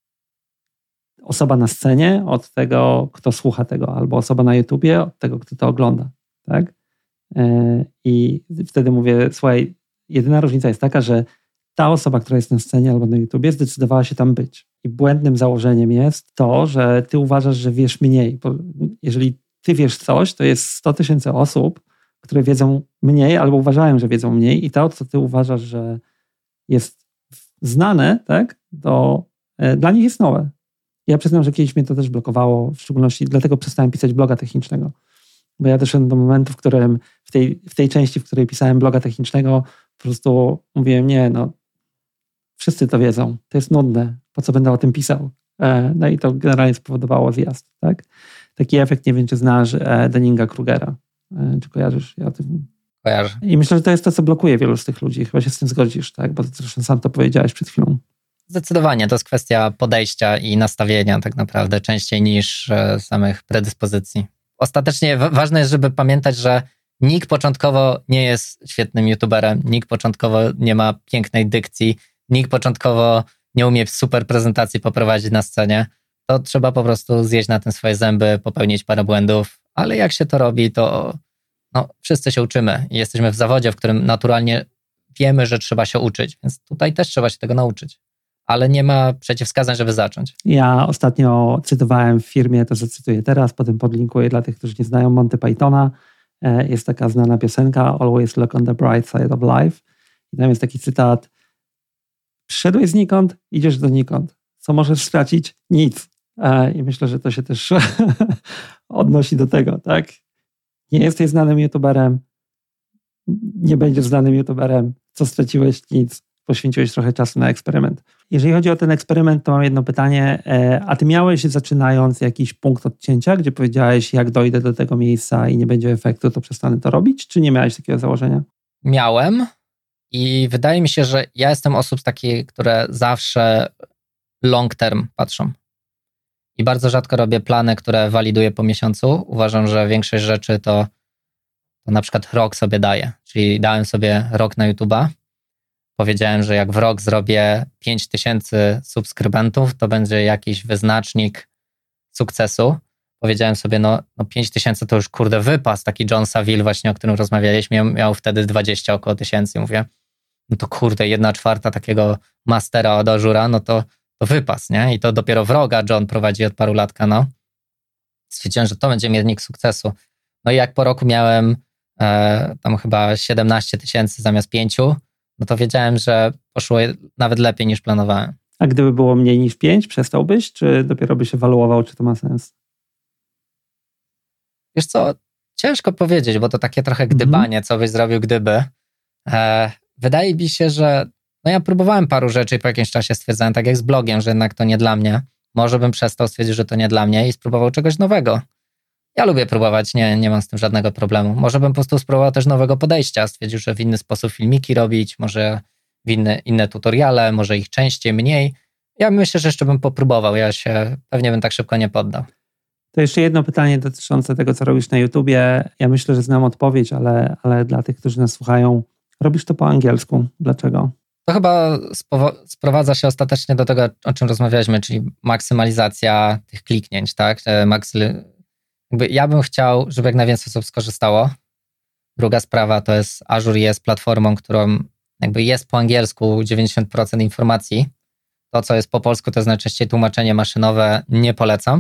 osoba na scenie od tego, kto słucha tego, albo osoba na YouTubie od tego, kto to ogląda, tak? I wtedy mówię, słuchaj, jedyna różnica jest taka, że ta osoba, która jest na scenie albo na YouTubie, zdecydowała się tam być. I błędnym założeniem jest to, że ty uważasz, że wiesz mniej. Bo jeżeli ty wiesz coś, to jest sto tysięcy osób, które wiedzą mniej albo uważają, że wiedzą mniej i to, co ty uważasz, że jest znane, tak, to e, dla nich jest nowe. Ja przyznam, że kiedyś mnie to też blokowało, w szczególności dlatego przestałem pisać bloga technicznego. Bo ja doszedłem do momentu, w którym w tej, w tej części, w której pisałem bloga technicznego, po prostu mówiłem, nie, no wszyscy to wiedzą, to jest nudne, po co będę o tym pisał? E, no i to generalnie spowodowało zjazd, tak? Taki efekt, nie wiem, czy znasz e, Dunninga-Krugera. E, czy kojarzysz? Ja o tym... Kojarzę. I myślę, że to jest to, co blokuje wielu z tych ludzi. Chyba się z tym zgodzisz, tak? Bo zresztą sam to powiedziałeś przed chwilą. Zdecydowanie, to jest kwestia podejścia i nastawienia tak naprawdę, częściej niż e, samych predyspozycji. Ostatecznie w- ważne jest, żeby pamiętać, że nikt początkowo nie jest świetnym youtuberem, nikt początkowo nie ma pięknej dykcji, nikt początkowo nie umie super prezentacji poprowadzić na scenie. To trzeba po prostu zjeść na tym swoje zęby, popełnić parę błędów, ale jak się to robi, to no, wszyscy się uczymy i jesteśmy w zawodzie, w którym naturalnie wiemy, że trzeba się uczyć, więc tutaj też trzeba się tego nauczyć. Ale nie ma przeciwwskazań, żeby zacząć. Ja ostatnio cytowałem w firmie, to zacytuję teraz, potem podlinkuję dla tych, którzy nie znają Monty Pythona. Jest taka znana piosenka Always look on the bright side of life. I tam jest taki cytat: przyszedłeś znikąd, idziesz donikąd. Co możesz stracić? Nic. I myślę, że to się też odnosi do tego, tak? Nie jesteś znanym youtuberem, nie będziesz znanym youtuberem. Co straciłeś? Nic. Poświęciłeś trochę czasu na eksperyment. Jeżeli chodzi o ten eksperyment, to mam jedno pytanie. A ty miałeś, zaczynając, jakiś punkt odcięcia, gdzie powiedziałeś, jak dojdę do tego miejsca i nie będzie efektu, to przestanę to robić? Czy nie miałeś takiego założenia? Miałem i wydaje mi się, że ja jestem osób takich, które zawsze long term patrzą. I bardzo rzadko robię plany, które waliduję po miesiącu. Uważam, że większość rzeczy to, to na przykład rok sobie daję. Czyli dałem sobie rok na YouTube'a. Powiedziałem, że jak w rok zrobię pięć tysięcy subskrybentów, to będzie jakiś wyznacznik sukcesu. Powiedziałem sobie, no, no pięć tysięcy to już kurde wypas, taki John Saville właśnie, o którym rozmawialiśmy, miał, miał wtedy dwadzieścia około tysięcy. Mówię, no to kurde, jedna czwarta takiego mastera od Ażura, no to, to wypas, nie? I to dopiero w rok, a John prowadzi od paru lat kanał. Stwierdziłem, że to będzie miernik sukcesu. No i jak po roku miałem e, tam chyba siedemnaście tysięcy zamiast pięciu, no to wiedziałem, że poszło nawet lepiej niż planowałem. A gdyby było mniej niż pięć, przestałbyś? Czy dopiero byś ewaluował, czy to ma sens? Wiesz co, ciężko powiedzieć, bo to takie trochę gdybanie, mm-hmm. co byś zrobił gdyby. E, wydaje mi się, że no ja próbowałem paru rzeczy i po jakimś czasie stwierdzałem, tak jak z blogiem, że jednak to nie dla mnie. Może bym przestał, stwierdził, że to nie dla mnie i spróbował czegoś nowego. Ja lubię próbować, nie, nie mam z tym żadnego problemu. Może bym po prostu spróbował też nowego podejścia, stwierdził, że w inny sposób filmiki robić, może w inne, inne tutoriale, może ich częściej, mniej. Ja myślę, że jeszcze bym popróbował, ja się pewnie bym tak szybko nie poddał. To jeszcze jedno pytanie dotyczące tego, co robisz na YouTubie. Ja myślę, że znam odpowiedź, ale, ale dla tych, którzy nas słuchają, robisz to po angielsku. Dlaczego? To chyba spowo- sprowadza się ostatecznie do tego, o czym rozmawialiśmy, czyli maksymalizacja tych kliknięć, tak? Maksy- jakby ja bym chciał, żeby jak najwięcej osób skorzystało. Druga sprawa to jest Azure jest platformą, którą jakby jest po angielsku dziewięćdziesiąt procent informacji. To, co jest po polsku, to jest najczęściej tłumaczenie maszynowe, nie polecam.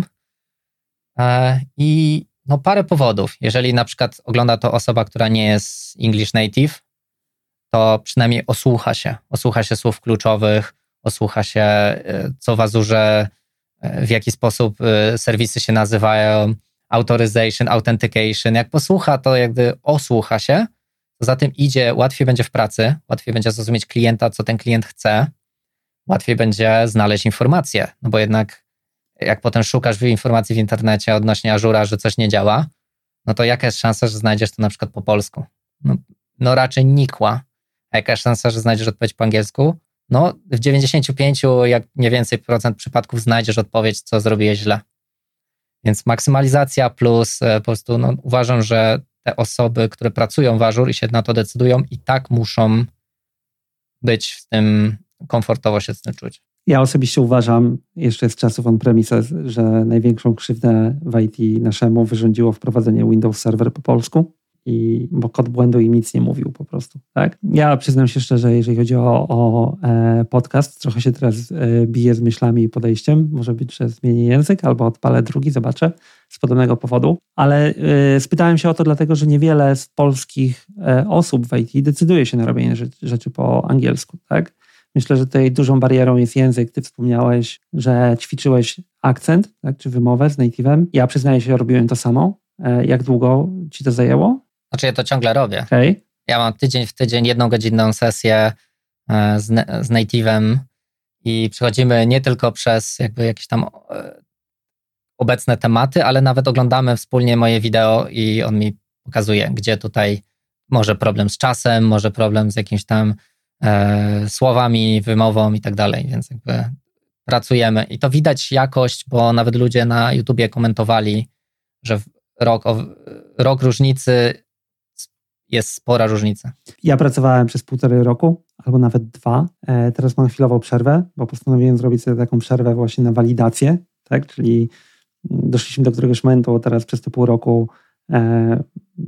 I no parę powodów. Jeżeli na przykład ogląda to osoba, która nie jest English native, to przynajmniej osłucha się. Osłucha się słów kluczowych, osłucha się, co w Azurze, w jaki sposób serwisy się nazywają, authorization, authentication. Jak posłucha, to jakby osłucha się, to za tym idzie, łatwiej będzie w pracy, łatwiej będzie zrozumieć klienta, co ten klient chce, łatwiej będzie znaleźć informacje, no bo jednak jak potem szukasz informacji w internecie odnośnie Azura, że coś nie działa, no to jaka jest szansa, że znajdziesz to na przykład po polsku? No, no raczej nikła. A jaka jest szansa, że znajdziesz odpowiedź po angielsku? No w dziewięćdziesiąt pięć, jak nie więcej procent przypadków znajdziesz odpowiedź, co zrobiłeś źle. Więc maksymalizacja plus po prostu no, uważam, że te osoby, które pracują w Azure i się na to decydują, i tak muszą być w tym, komfortowo się z tym czuć. Ja osobiście uważam, jeszcze z czasów on-premises, że największą krzywdę w I T naszemu wyrządziło wprowadzenie Windows Server po polsku, i, bo kod błędu im nic nie mówił po prostu. Tak? Ja przyznam się szczerze, jeżeli chodzi o, o e, podcast, trochę się teraz e, biję z myślami i podejściem. Może być, że zmienię język albo odpalę drugi, zobaczę, z podobnego powodu. Ale e, spytałem się o to dlatego, że niewiele z polskich e, osób w I T decyduje się na robienie rzeczy, rzeczy po angielsku. Tak? Myślę, że tutaj dużą barierą jest język. Ty wspomniałeś, że ćwiczyłeś akcent, tak, czy wymowę z native'em. Ja przyznaję się, robiłem to samo. E, jak długo ci to zajęło? Znaczy ja to ciągle robię. Okay. Ja mam tydzień w tydzień jedną godzinną sesję z, z native'em i przechodzimy nie tylko przez jakby jakieś tam obecne tematy, ale nawet oglądamy wspólnie moje wideo i on mi pokazuje, gdzie tutaj może problem z czasem, może problem z jakimiś tam e, słowami, wymową i tak dalej, więc jakby pracujemy. I to widać jakość, bo nawet ludzie na YouTubie komentowali, że rok, rok różnicy jest spora różnica. Ja pracowałem przez półtorej roku, albo nawet dwa. E, teraz mam chwilową przerwę, bo postanowiłem zrobić sobie taką przerwę właśnie na walidację, tak? Czyli doszliśmy do któregoś momentu, teraz przez te pół roku e,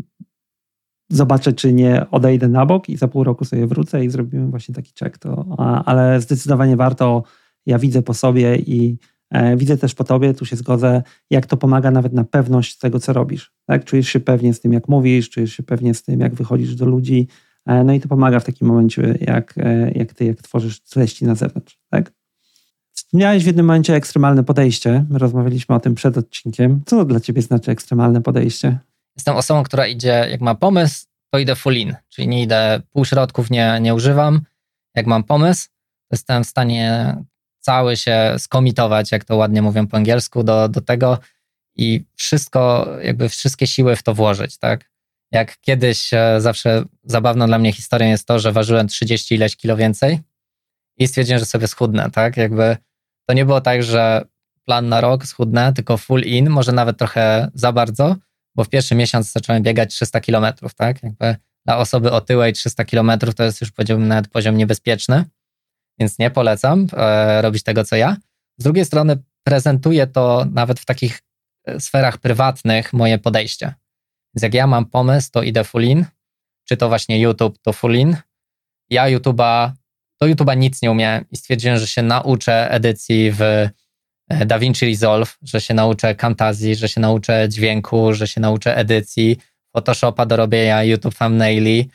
zobaczę, czy nie odejdę na bok i za pół roku sobie wrócę i zrobimy właśnie taki check. To, a, ale zdecydowanie warto, ja widzę po sobie i e, widzę też po tobie, tu się zgodzę, jak to pomaga nawet na pewność tego, co robisz. Tak? Czujesz się pewnie z tym, jak mówisz, czujesz się pewnie z tym, jak wychodzisz do ludzi, e, no i to pomaga w takim momencie, jak, e, jak ty, jak tworzysz treści na zewnątrz. Tak? Wspomniałeś w jednym momencie ekstremalne podejście. My rozmawialiśmy o tym przed odcinkiem. Co to dla ciebie znaczy ekstremalne podejście? Jestem osobą, która idzie, jak ma pomysł, to idę full in, czyli nie idę, półśrodków nie, nie używam. Jak mam pomysł, to jestem w stanie cały się skomitować, jak to ładnie mówią po angielsku, do, do tego i wszystko, jakby wszystkie siły w to włożyć, tak? Jak kiedyś e, zawsze zabawną dla mnie historią jest to, że ważyłem trzydzieści ileś kilo więcej i stwierdziłem, że sobie schudnę, tak? Jakby to nie było tak, że plan na rok schudnę, tylko full in, może nawet trochę za bardzo, bo w pierwszy miesiąc zacząłem biegać trzysta kilometrów, tak? Jakby dla osoby otyłej trzysta kilometrów to jest już, powiedziałbym, nawet poziom niebezpieczny, więc nie polecam e, robić tego, co ja. Z drugiej strony prezentuję to nawet w takich sferach prywatnych moje podejście. Więc jak ja mam pomysł, to idę full in, czy to właśnie YouTube, to full in. Ja YouTube'a, do YouTube'a nic nie umiałem i stwierdziłem, że się nauczę edycji w DaVinci Resolve, że się nauczę Camtasia, że się nauczę dźwięku, że się nauczę edycji, Photoshopa do robienia YouTube thumbnaili.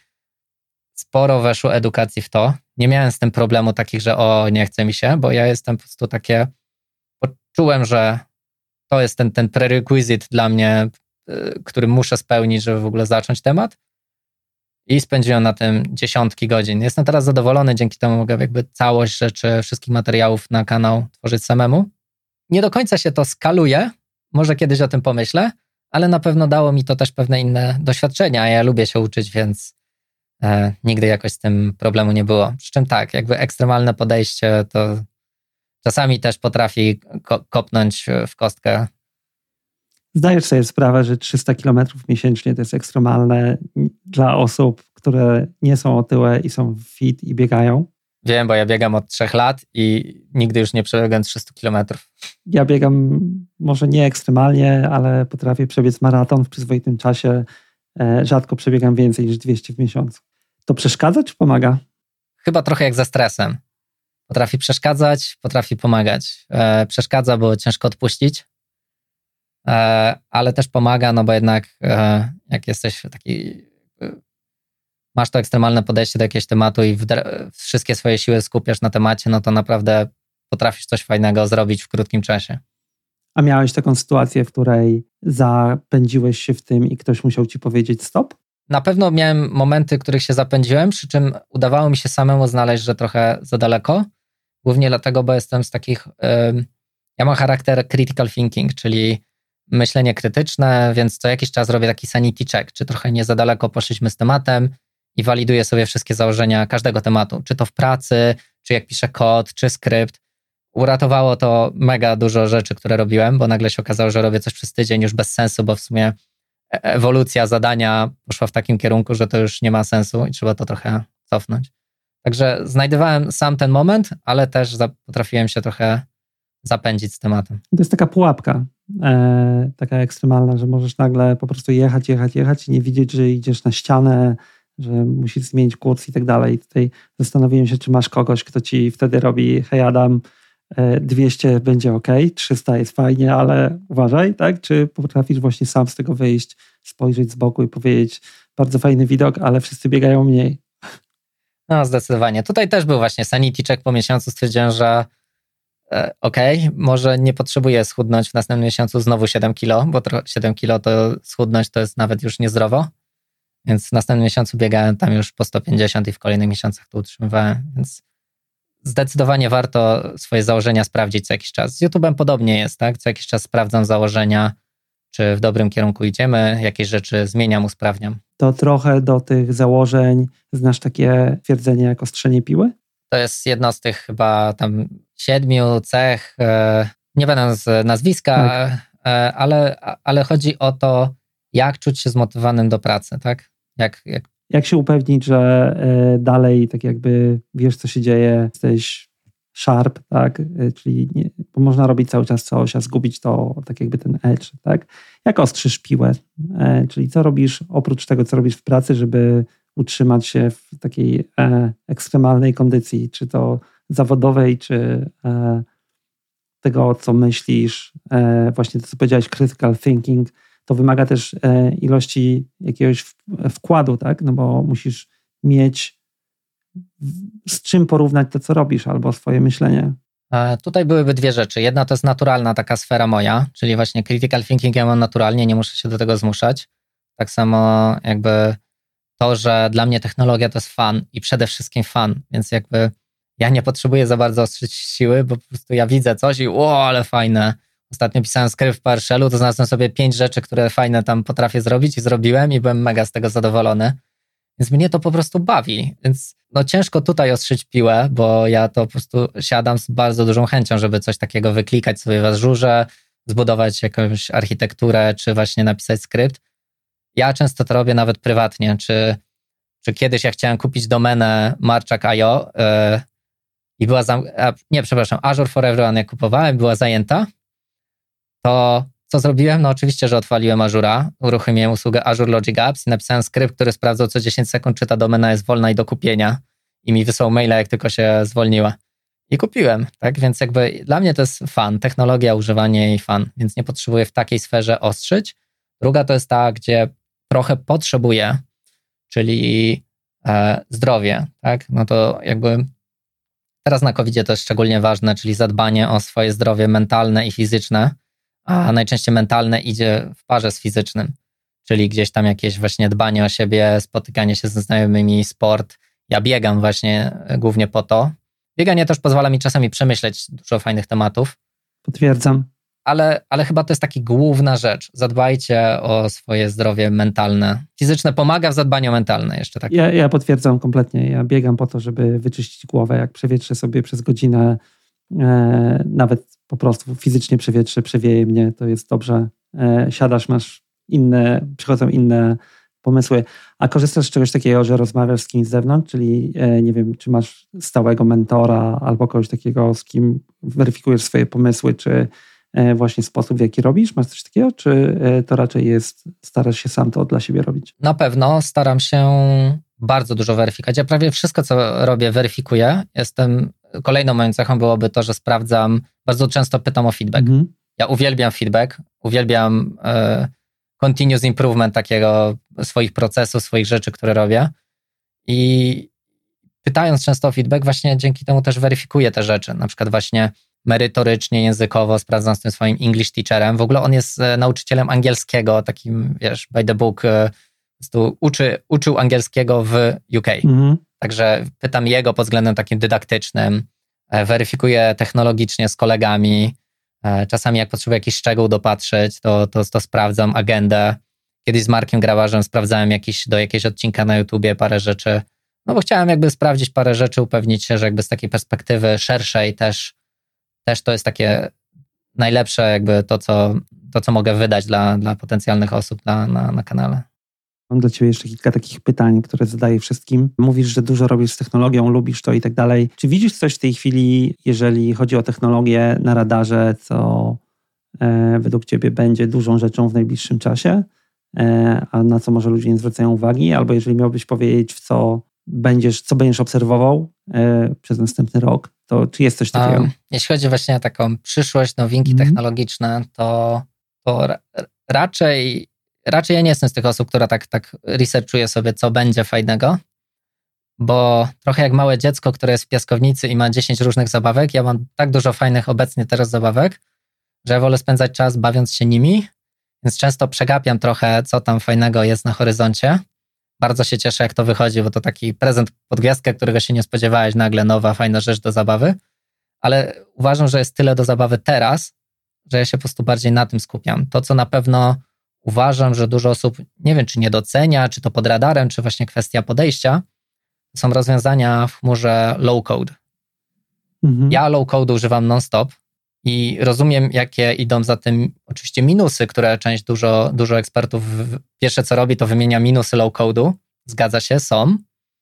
Sporo weszło edukacji w to. Nie miałem z tym problemu takich, że o, nie chce mi się, bo ja jestem po prostu takie, poczułem, że to jest ten, ten prerequisite dla mnie, który muszę spełnić, żeby w ogóle zacząć temat. I spędziłem na tym dziesiątki godzin. Jestem teraz zadowolony, dzięki temu mogę jakby całość rzeczy, wszystkich materiałów na kanał tworzyć samemu. Nie do końca się to skaluje, może kiedyś o tym pomyślę, ale na pewno dało mi to też pewne inne doświadczenia. Ja lubię się uczyć, więc e, nigdy jakoś z tym problemu nie było. Przy czym tak, jakby ekstremalne podejście to czasami też potrafi ko- kopnąć w kostkę. Zdajesz sobie sprawę, że trzysta kilometrów miesięcznie to jest ekstremalne dla osób, które nie są otyłe i są fit i biegają? Wiem, bo ja biegam od trzech lat i nigdy już nie przebiegłem trzysta kilometrów. Ja biegam może nie ekstremalnie, ale potrafię przebiec maraton w przyzwoitym czasie. Rzadko przebiegam więcej niż dwieście w miesiącu. To przeszkadza czy pomaga? Chyba trochę jak ze stresem. Potrafi przeszkadzać, potrafi pomagać. E, przeszkadza, bo ciężko odpuścić, e, ale też pomaga, no bo jednak e, jak jesteś taki, e, masz to ekstremalne podejście do jakiegoś tematu i wdra- wszystkie swoje siły skupiasz na temacie, no to naprawdę potrafisz coś fajnego zrobić w krótkim czasie. A miałeś taką sytuację, w której zapędziłeś się w tym i ktoś musiał ci powiedzieć stop? Na pewno miałem momenty, w których się zapędziłem, przy czym udawało mi się samemu znaleźć, że trochę za daleko. Głównie dlatego, bo jestem z takich... Yy, ja mam charakter critical thinking, czyli myślenie krytyczne, więc co jakiś czas robię taki sanity check, czy trochę nie za daleko poszliśmy z tematem i waliduję sobie wszystkie założenia każdego tematu, czy to w pracy, czy jak piszę kod, czy skrypt. Uratowało to mega dużo rzeczy, które robiłem, bo nagle się okazało, że robię coś przez tydzień już bez sensu, bo w sumie ewolucja zadania poszła w takim kierunku, że to już nie ma sensu i trzeba to trochę cofnąć. Także znajdowałem sam ten moment, ale też potrafiłem się trochę zapędzić z tematem. To jest taka pułapka, e, taka ekstremalna, że możesz nagle po prostu jechać, jechać, jechać i nie widzieć, że idziesz na ścianę, że musisz zmienić kurs i tak dalej. Tutaj zastanowiłem się, czy masz kogoś, kto ci wtedy robi: hej Adam, dwieście będzie ok, trzysta jest fajnie, ale uważaj, tak? Czy potrafisz właśnie sam z tego wyjść, spojrzeć z boku i powiedzieć: bardzo fajny widok, ale wszyscy biegają mniej? No zdecydowanie. Tutaj też był właśnie sanity check po miesiącu. Stwierdziłem, że e, okej, okay, może nie potrzebuję schudnąć w następnym miesiącu znowu siedem kilo, bo to siedem kilo to schudnąć to jest nawet już niezdrowo. Więc w następnym miesiącu biegałem tam już po sto pięćdziesiąt i w kolejnych miesiącach to utrzymywałem, więc zdecydowanie warto swoje założenia sprawdzić co jakiś czas. Z YouTube'em podobnie jest, tak? Co jakiś czas sprawdzam założenia, czy w dobrym kierunku idziemy, jakieś rzeczy zmieniam, usprawniam. To trochę do tych założeń znasz takie twierdzenie jak ostrzenie piły? To jest jedno z tych chyba tam siedmiu cech, e, nie będę z nazwiska, tak. e, ale, ale chodzi o to, jak czuć się zmotywowanym do pracy, tak? Jak, jak Jak się upewnić, że dalej tak jakby wiesz, co się dzieje, jesteś sharp, tak? Czyli nie, bo można robić cały czas coś, a zgubić to tak jakby ten edge, tak? Jak ostrzysz piłę? Czyli co robisz oprócz tego, co robisz w pracy, żeby utrzymać się w takiej ekstremalnej kondycji, czy to zawodowej, czy tego, co myślisz, właśnie to, co powiedziałeś, critical thinking, to wymaga też ilości jakiegoś wkładu, tak? No bo musisz mieć z czym porównać to, co robisz, albo swoje myślenie. Tutaj byłyby dwie rzeczy. Jedna to jest naturalna taka sfera moja, czyli właśnie critical thinking ja mam naturalnie, nie muszę się do tego zmuszać. Tak samo jakby to, że dla mnie technologia to jest fun i przede wszystkim fun, więc jakby ja nie potrzebuję za bardzo ostrzyć siły, bo po prostu ja widzę coś i o, ale fajne. Ostatnio pisałem skrypt w PowerShellu, to znalazłem sobie pięć rzeczy, które fajne tam potrafię zrobić i zrobiłem i byłem mega z tego zadowolony. Więc mnie to po prostu bawi. Więc no ciężko tutaj ostrzyć piłę, bo ja to po prostu siadam z bardzo dużą chęcią, żeby coś takiego wyklikać sobie w Azurze, zbudować jakąś architekturę, czy właśnie napisać skrypt. Ja często to robię nawet prywatnie, czy, czy kiedyś ja chciałem kupić domenę marczak kropka i o yy, i była, zam- a, nie przepraszam, Azure for Everyone jak kupowałem, była zajęta, to co zrobiłem? No oczywiście, że odpaliłem Azure'a, uruchomiłem usługę Azure Logic Apps i napisałem skrypt, który sprawdzał co dziesięć sekund, czy ta domena jest wolna i do kupienia i mi wysłał maila, jak tylko się zwolniła. I kupiłem, tak? Więc jakby dla mnie to jest fun, technologia, używanie jej fun, więc nie potrzebuję w takiej sferze ostrzyć. Druga to jest ta, gdzie trochę potrzebuję, czyli e, zdrowie, tak? No to jakby teraz na kowidzie to jest szczególnie ważne, czyli zadbanie o swoje zdrowie mentalne i fizyczne, a najczęściej mentalne idzie w parze z fizycznym, czyli gdzieś tam jakieś właśnie dbanie o siebie, spotykanie się ze znajomymi, sport. Ja biegam właśnie głównie po to. Bieganie też pozwala mi czasami przemyśleć dużo fajnych tematów. Potwierdzam. Ale, ale chyba to jest taka główna rzecz. Zadbajcie o swoje zdrowie mentalne. Fizyczne pomaga w zadbaniu mentalne jeszcze tak. Ja, ja potwierdzam kompletnie. Ja biegam po to, żeby wyczyścić głowę. Jak przewietrzę sobie przez godzinę, e, nawet po prostu fizycznie przewietrzę, przewieje mnie, to jest dobrze. e, siadasz, masz inne, przychodzą inne pomysły. A korzystasz z czegoś takiego, że rozmawiasz z kimś z zewnątrz, czyli e, nie wiem, czy masz stałego mentora albo kogoś takiego, z kim weryfikujesz swoje pomysły, czy e, właśnie sposób, w jaki robisz? Masz coś takiego, czy e, to raczej jest, starasz się sam to dla siebie robić? Na pewno staram się bardzo dużo weryfikować. Ja prawie wszystko, co robię, weryfikuję. Jestem, kolejną moją cechą byłoby to, że sprawdzam, bardzo często pytam o feedback. Mhm. Ja uwielbiam feedback, uwielbiam e, continuous improvement takiego swoich procesów, swoich rzeczy, które robię i pytając często o feedback, właśnie dzięki temu też weryfikuję te rzeczy. Na przykład właśnie merytorycznie, językowo sprawdzam z tym swoim English teacherem. W ogóle on jest nauczycielem angielskiego, takim, wiesz, by the book, po prostu uczy, uczył angielskiego w U K. Mhm. Także pytam jego pod względem takim dydaktycznym, weryfikuję technologicznie z kolegami. Czasami jak potrzebuję jakiś szczegół dopatrzeć, to, to, to sprawdzam agendę. Kiedyś z Markiem Grabarzem sprawdzałem jakiś, do jakiegoś odcinka na YouTubie parę rzeczy, no bo chciałem jakby sprawdzić parę rzeczy, upewnić się, że jakby z takiej perspektywy szerszej też, też to jest takie najlepsze jakby to, co, to, co mogę wydać dla, dla potencjalnych osób na, na, na kanale. Mam dla Ciebie jeszcze kilka takich pytań, które zadaję wszystkim. Mówisz, że dużo robisz z technologią, lubisz to i tak dalej. Czy widzisz coś w tej chwili, jeżeli chodzi o technologię na radarze, co e, według Ciebie będzie dużą rzeczą w najbliższym czasie, e, a na co może ludzie nie zwracają uwagi? Albo jeżeli miałbyś powiedzieć, w co będziesz, co będziesz obserwował e, przez następny rok, to czy jest coś takiego? Um, jeśli chodzi właśnie o taką przyszłość, nowinki mm. technologiczne, to, to ra, raczej... Raczej ja nie jestem z tych osób, która tak, tak researchuje sobie, co będzie fajnego, bo trochę jak małe dziecko, które jest w piaskownicy i ma dziesięć różnych zabawek, ja mam tak dużo fajnych obecnie teraz zabawek, że ja wolę spędzać czas bawiąc się nimi, więc często przegapiam trochę, co tam fajnego jest na horyzoncie. Bardzo się cieszę, jak to wychodzi, bo to taki prezent pod gwiazdkę, którego się nie spodziewałeś, nagle nowa, fajna rzecz do zabawy, ale uważam, że jest tyle do zabawy teraz, że ja się po prostu bardziej na tym skupiam. To, co na pewno uważam, że dużo osób, nie wiem, czy nie docenia, czy to pod radarem, czy właśnie kwestia podejścia, to są rozwiązania w chmurze low-code. Mhm. Ja low-code używam non-stop i rozumiem, jakie idą za tym oczywiście minusy, które część dużo, dużo ekspertów pierwsze co robi, to wymienia minusy low-code'u. Zgadza się, są,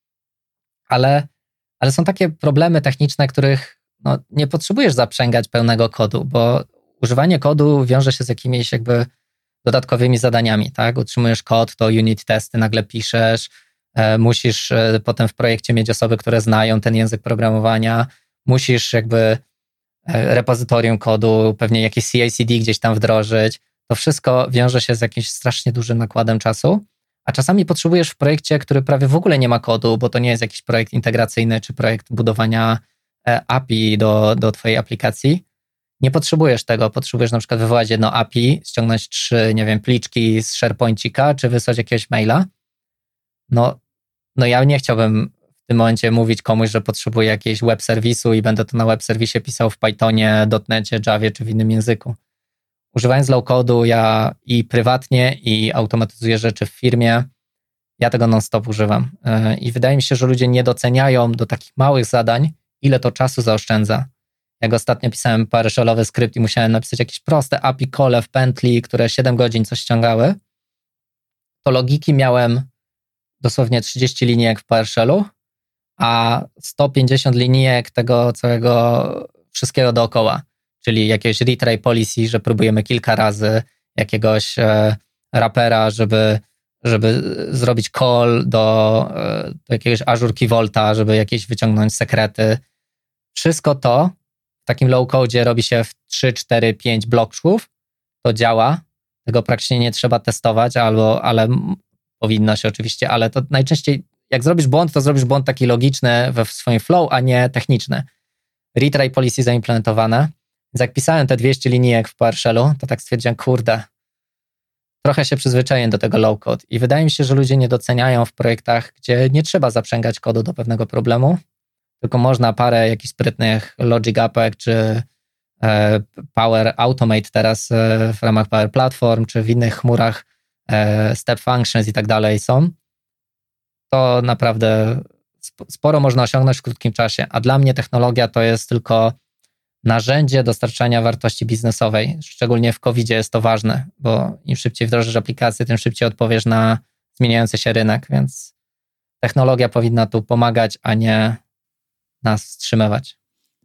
ale, ale są takie problemy techniczne, których no, nie potrzebujesz zaprzęgać pełnego kodu, bo używanie kodu wiąże się z jakimiś jakby dodatkowymi zadaniami, tak? Utrzymujesz kod, to unit testy nagle piszesz, e, musisz e, potem w projekcie mieć osoby, które znają ten język programowania, musisz jakby e, repozytorium kodu, pewnie jakieś C I C D gdzieś tam wdrożyć. To wszystko wiąże się z jakimś strasznie dużym nakładem czasu, a czasami potrzebujesz w projekcie, który prawie w ogóle nie ma kodu, bo to nie jest jakiś projekt integracyjny, czy projekt budowania e, A P I do, do twojej aplikacji. Nie potrzebujesz tego, potrzebujesz na przykład wywołać jedno A P I, ściągnąć trzy, nie wiem, pliczki z SharePointika, czy wysłać jakiegoś maila. No, no ja nie chciałbym w tym momencie mówić komuś, że potrzebuję jakiegoś web serwisu i będę to na web serwisie pisał w Pythonie, dotnecie, Javie czy w innym języku. Używając low-code'u ja i prywatnie, i automatyzuję rzeczy w firmie, ja tego non-stop używam. I wydaje mi się, że ludzie nie doceniają do takich małych zadań, ile to czasu zaoszczędza. Jak ostatnio pisałem PowerShellowy skrypt i musiałem napisać jakieś proste A P I call w pętli, które siedem godzin coś ściągały, to logiki miałem dosłownie trzydzieści linijek w PowerShellu, a sto pięćdziesiąt linijek tego całego wszystkiego dookoła, czyli jakiegoś retry policy, że próbujemy kilka razy, jakiegoś e, rapera, żeby, żeby zrobić call do, e, do jakiegoś Azure Key Vaulta, żeby jakieś wyciągnąć sekrety. Wszystko to w takim low-codzie robi się w trzy, cztery, pięć bloków, to działa, tego praktycznie nie trzeba testować, albo, ale powinno się oczywiście, ale to najczęściej jak zrobisz błąd, to zrobisz błąd taki logiczny we swoim flow, a nie techniczny. Retry policy zaimplementowane, więc jak pisałem te dwieście linijek w PowerShellu, to tak stwierdziłem, kurde, trochę się przyzwyczaiłem do tego low-code i wydaje mi się, że ludzie nie doceniają w projektach, gdzie nie trzeba zaprzęgać kodu do pewnego problemu, tylko można parę jakichś sprytnych Logic Apek czy e, Power Automate teraz e, w ramach Power Platform, czy w innych chmurach e, Step Functions i tak dalej są. To naprawdę sporo można osiągnąć w krótkim czasie, a dla mnie technologia to jest tylko narzędzie dostarczania wartości biznesowej. Szczególnie w kowidzie jest to ważne, bo im szybciej wdrożysz aplikację, tym szybciej odpowiesz na zmieniający się rynek, więc technologia powinna tu pomagać, a nie nas wstrzymywać.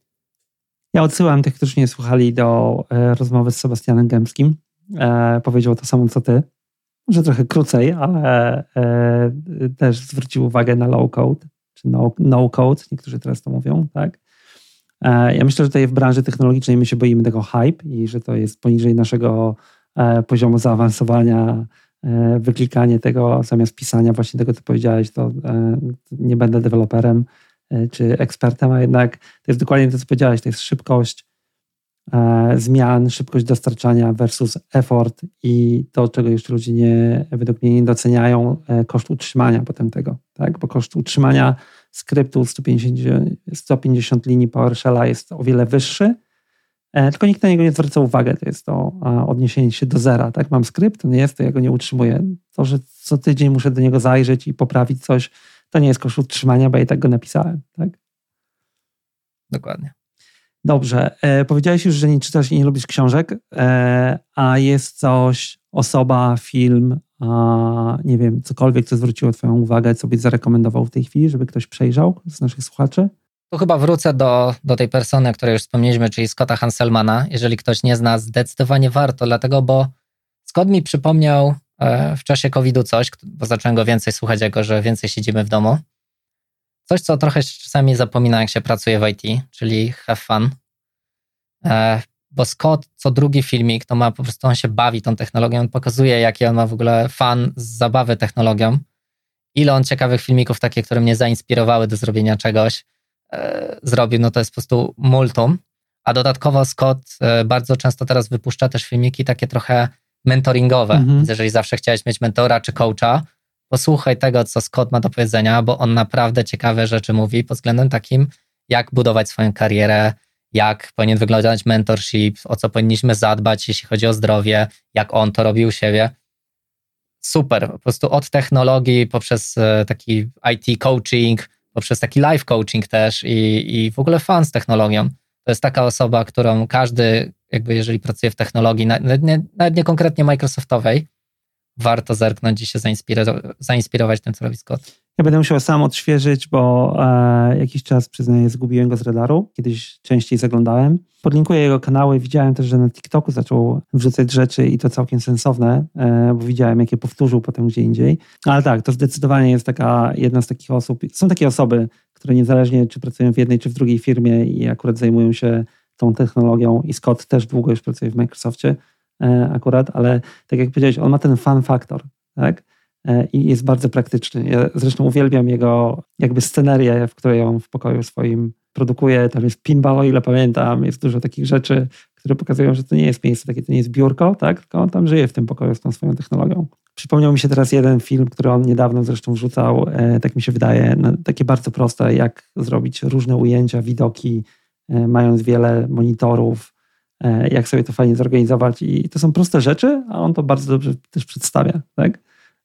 Ja odsyłam tych, którzy nie słuchali, do e, rozmowy z Sebastianem Gębskim. E, powiedział to samo, co ty. Może trochę krócej, ale e, też zwrócił uwagę na low code, czy no, no code, niektórzy teraz to mówią, tak? E, ja myślę, że tutaj w branży technologicznej my się boimy tego hype i że to jest poniżej naszego e, poziomu zaawansowania, e, wyklikanie tego zamiast pisania właśnie tego, co powiedziałeś, to e, nie będę deweloperem e, czy ekspertem, a jednak to jest dokładnie to, co powiedziałeś, to jest szybkość e, zmian, szybkość dostarczania versus effort i to, czego jeszcze ludzie nie, według mnie nie doceniają, e, koszt utrzymania potem tego, tak? Bo koszt utrzymania skryptu sto pięćdziesiąt, sto pięćdziesiąt linii PowerShella jest o wiele wyższy, e, tylko nikt na niego nie zwraca uwagi. To jest to a, odniesienie się do zera. Tak? Mam skrypt, to nie jest, to ja go nie utrzymuję. To, że co tydzień muszę do niego zajrzeć i poprawić coś, to nie jest koszt utrzymania, bo ja i tak go napisałem. Tak? Dokładnie. Dobrze. E, powiedziałeś już, że nie czytasz i nie lubisz książek, e, a jest coś, osoba, film, a nie wiem, cokolwiek, co zwróciło twoją uwagę, co byś zarekomendował w tej chwili, żeby ktoś przejrzał z naszych słuchaczy? Tu chyba wrócę do, do tej persony, o której już wspomnieliśmy, czyli Scotta Hanselmana. Jeżeli ktoś nie zna, zdecydowanie warto, dlatego, bo Scott mi przypomniał e, w czasie kowida coś, bo zacząłem go więcej słuchać, jako że więcej siedzimy w domu. Coś, co trochę czasami zapomina, jak się pracuje w I T, czyli have fun. E, bo Scott co drugi filmik, to ma po prostu, on się bawi tą technologią, on pokazuje, jaki on ma w ogóle fan z zabawy technologią. Ile on ciekawych filmików, takie, które mnie zainspirowały do zrobienia czegoś, e, zrobił, no to jest po prostu multum. A dodatkowo Scott e, bardzo często teraz wypuszcza też filmiki takie trochę mentoringowe. Mhm. Więc jeżeli zawsze chciałeś mieć mentora czy coacha, posłuchaj tego, co Scott ma do powiedzenia, bo on naprawdę ciekawe rzeczy mówi pod względem takim, jak budować swoją karierę, jak powinien wyglądać mentorship, o co powinniśmy zadbać, jeśli chodzi o zdrowie, jak on to robi u siebie. Super, po prostu od technologii poprzez taki I T coaching, poprzez taki life coaching też i, i w ogóle fan z technologią. To jest taka osoba, którą każdy, jakby jeżeli pracuje w technologii, nawet nie, nawet nie konkretnie Microsoftowej, warto zerknąć i się zainspiro- zainspirować tym, co robi Scott. Ja będę musiał sam odświeżyć, bo e, jakiś czas, przyznaję, zgubiłem go z radaru. Kiedyś częściej zaglądałem. Podlinkuję jego kanały. Widziałem też, że na TikToku zaczął wrzucać rzeczy i to całkiem sensowne, e, bo widziałem, jakie powtórzył potem gdzie indziej. Ale tak, to zdecydowanie jest taka jedna z takich osób. Są takie osoby, które niezależnie czy pracują w jednej, czy w drugiej firmie i akurat zajmują się tą technologią i Scott też długo już pracuje w Microsoftie e, akurat, ale tak jak powiedziałeś, on ma ten fun factor, tak? I jest bardzo praktyczny. Ja zresztą uwielbiam jego jakby scenerię, w której on w pokoju swoim produkuje. Tam jest pinball, o ile pamiętam. Jest dużo takich rzeczy, które pokazują, że to nie jest miejsce takie, to nie jest biurko, tak? Tylko on tam żyje w tym pokoju z tą swoją technologią. Przypomniał mi się teraz jeden film, który on niedawno zresztą wrzucał, e, tak mi się wydaje, no, takie bardzo proste, jak zrobić różne ujęcia, widoki, e, mając wiele monitorów, e, jak sobie to fajnie zorganizować. I to są proste rzeczy, a on to bardzo dobrze też przedstawia, tak?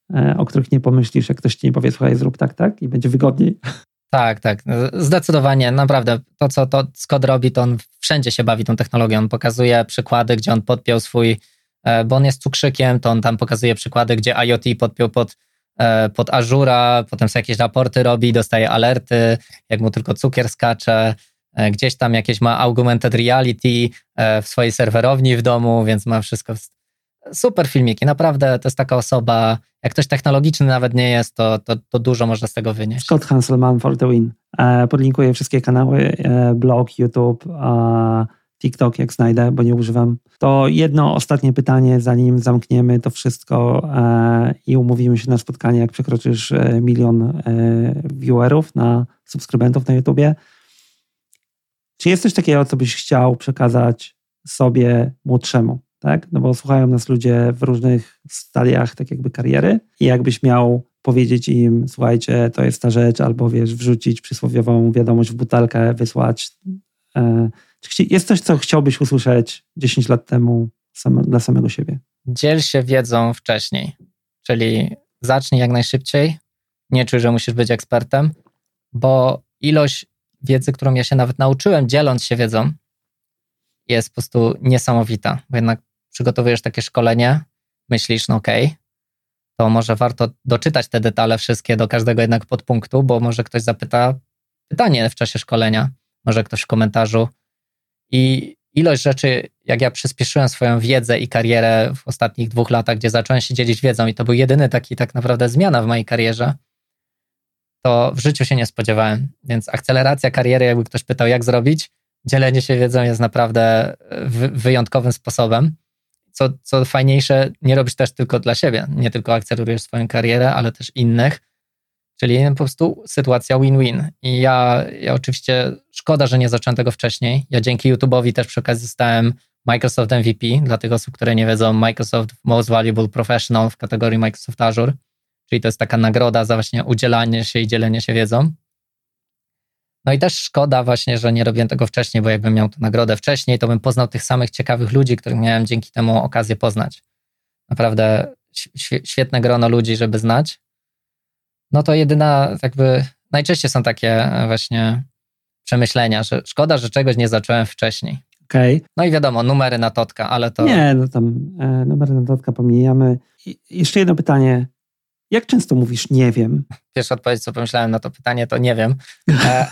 O których nie pomyślisz, jak ktoś ci nie powie, słuchaj, zrób tak, tak i będzie wygodniej. Tak, tak, zdecydowanie, naprawdę. To, co to Scott robi, to on wszędzie się bawi tą technologią. On pokazuje przykłady, gdzie on podpiął swój, bo on jest cukrzykiem, to on tam pokazuje przykłady, gdzie IoT podpiął pod, pod Azura, potem sobie jakieś raporty robi, dostaje alerty, jak mu tylko cukier skacze. Gdzieś tam jakieś ma augmented reality w swojej serwerowni w domu, więc ma wszystko. Super filmiki, naprawdę to jest taka osoba, jak ktoś technologiczny nawet nie jest, to, to, to dużo można z tego wynieść. Scott Hanselman for the win. E, podlinkuję wszystkie kanały, e, blog, YouTube, e, TikTok jak znajdę, bo nie używam. To jedno ostatnie pytanie, zanim zamkniemy to wszystko e, i umówimy się na spotkanie, jak przekroczysz e, milion e, viewerów, na subskrybentów na YouTubie. Czy jest coś takiego, co byś chciał przekazać sobie młodszemu? Tak? No bo słuchają nas ludzie w różnych stadiach tak jakby kariery i jakbyś miał powiedzieć im, słuchajcie, to jest ta rzecz, albo wiesz, wrzucić przysłowiową wiadomość w butelkę, wysłać. E, czy jest coś, co chciałbyś usłyszeć dziesięć lat temu same, dla samego siebie? Dziel się wiedzą wcześniej, czyli zacznij jak najszybciej, nie czuj, że musisz być ekspertem, bo ilość wiedzy, którą ja się nawet nauczyłem, dzieląc się wiedzą, jest po prostu niesamowita, bo jednak przygotowujesz takie szkolenie, myślisz, no okej, okay, to może warto doczytać te detale wszystkie do każdego jednak podpunktu, bo może ktoś zapyta pytanie w czasie szkolenia, może ktoś w komentarzu i ilość rzeczy, jak ja przyspieszyłem swoją wiedzę i karierę w ostatnich dwóch latach, gdzie zacząłem się dzielić wiedzą i to był jedyny taki tak naprawdę zmiana w mojej karierze, to w życiu się nie spodziewałem. Więc akceleracja kariery, jakby ktoś pytał, jak zrobić, dzielenie się wiedzą jest naprawdę wy- wyjątkowym sposobem. Co, co fajniejsze, nie robisz też tylko dla siebie, nie tylko akcelerujesz swoją karierę, ale też innych, czyli po prostu sytuacja win-win. I ja, ja oczywiście, szkoda, że nie zacząłem tego wcześniej. Ja dzięki YouTube'owi też przy okazji zostałem Microsoft M V P. Dla tych osób, które nie wiedzą, Microsoft Most Valuable Professional w kategorii Microsoft Azure, czyli to jest taka nagroda za właśnie udzielanie się i dzielenie się wiedzą. No i też szkoda właśnie, że nie robiłem tego wcześniej, bo jakbym miał tę nagrodę wcześniej, to bym poznał tych samych ciekawych ludzi, których miałem dzięki temu okazję poznać. Naprawdę świetne grono ludzi, żeby znać. No to jedyna jakby, najczęściej są takie właśnie przemyślenia, że szkoda, że czegoś nie zacząłem wcześniej. Okay. No i wiadomo, numery na totka, ale to... Nie, no tam e, numery na totka pomijamy. I jeszcze jedno pytanie. Jak często mówisz nie wiem? Pierwsza odpowiedź, co pomyślałem na to pytanie, to nie wiem. E,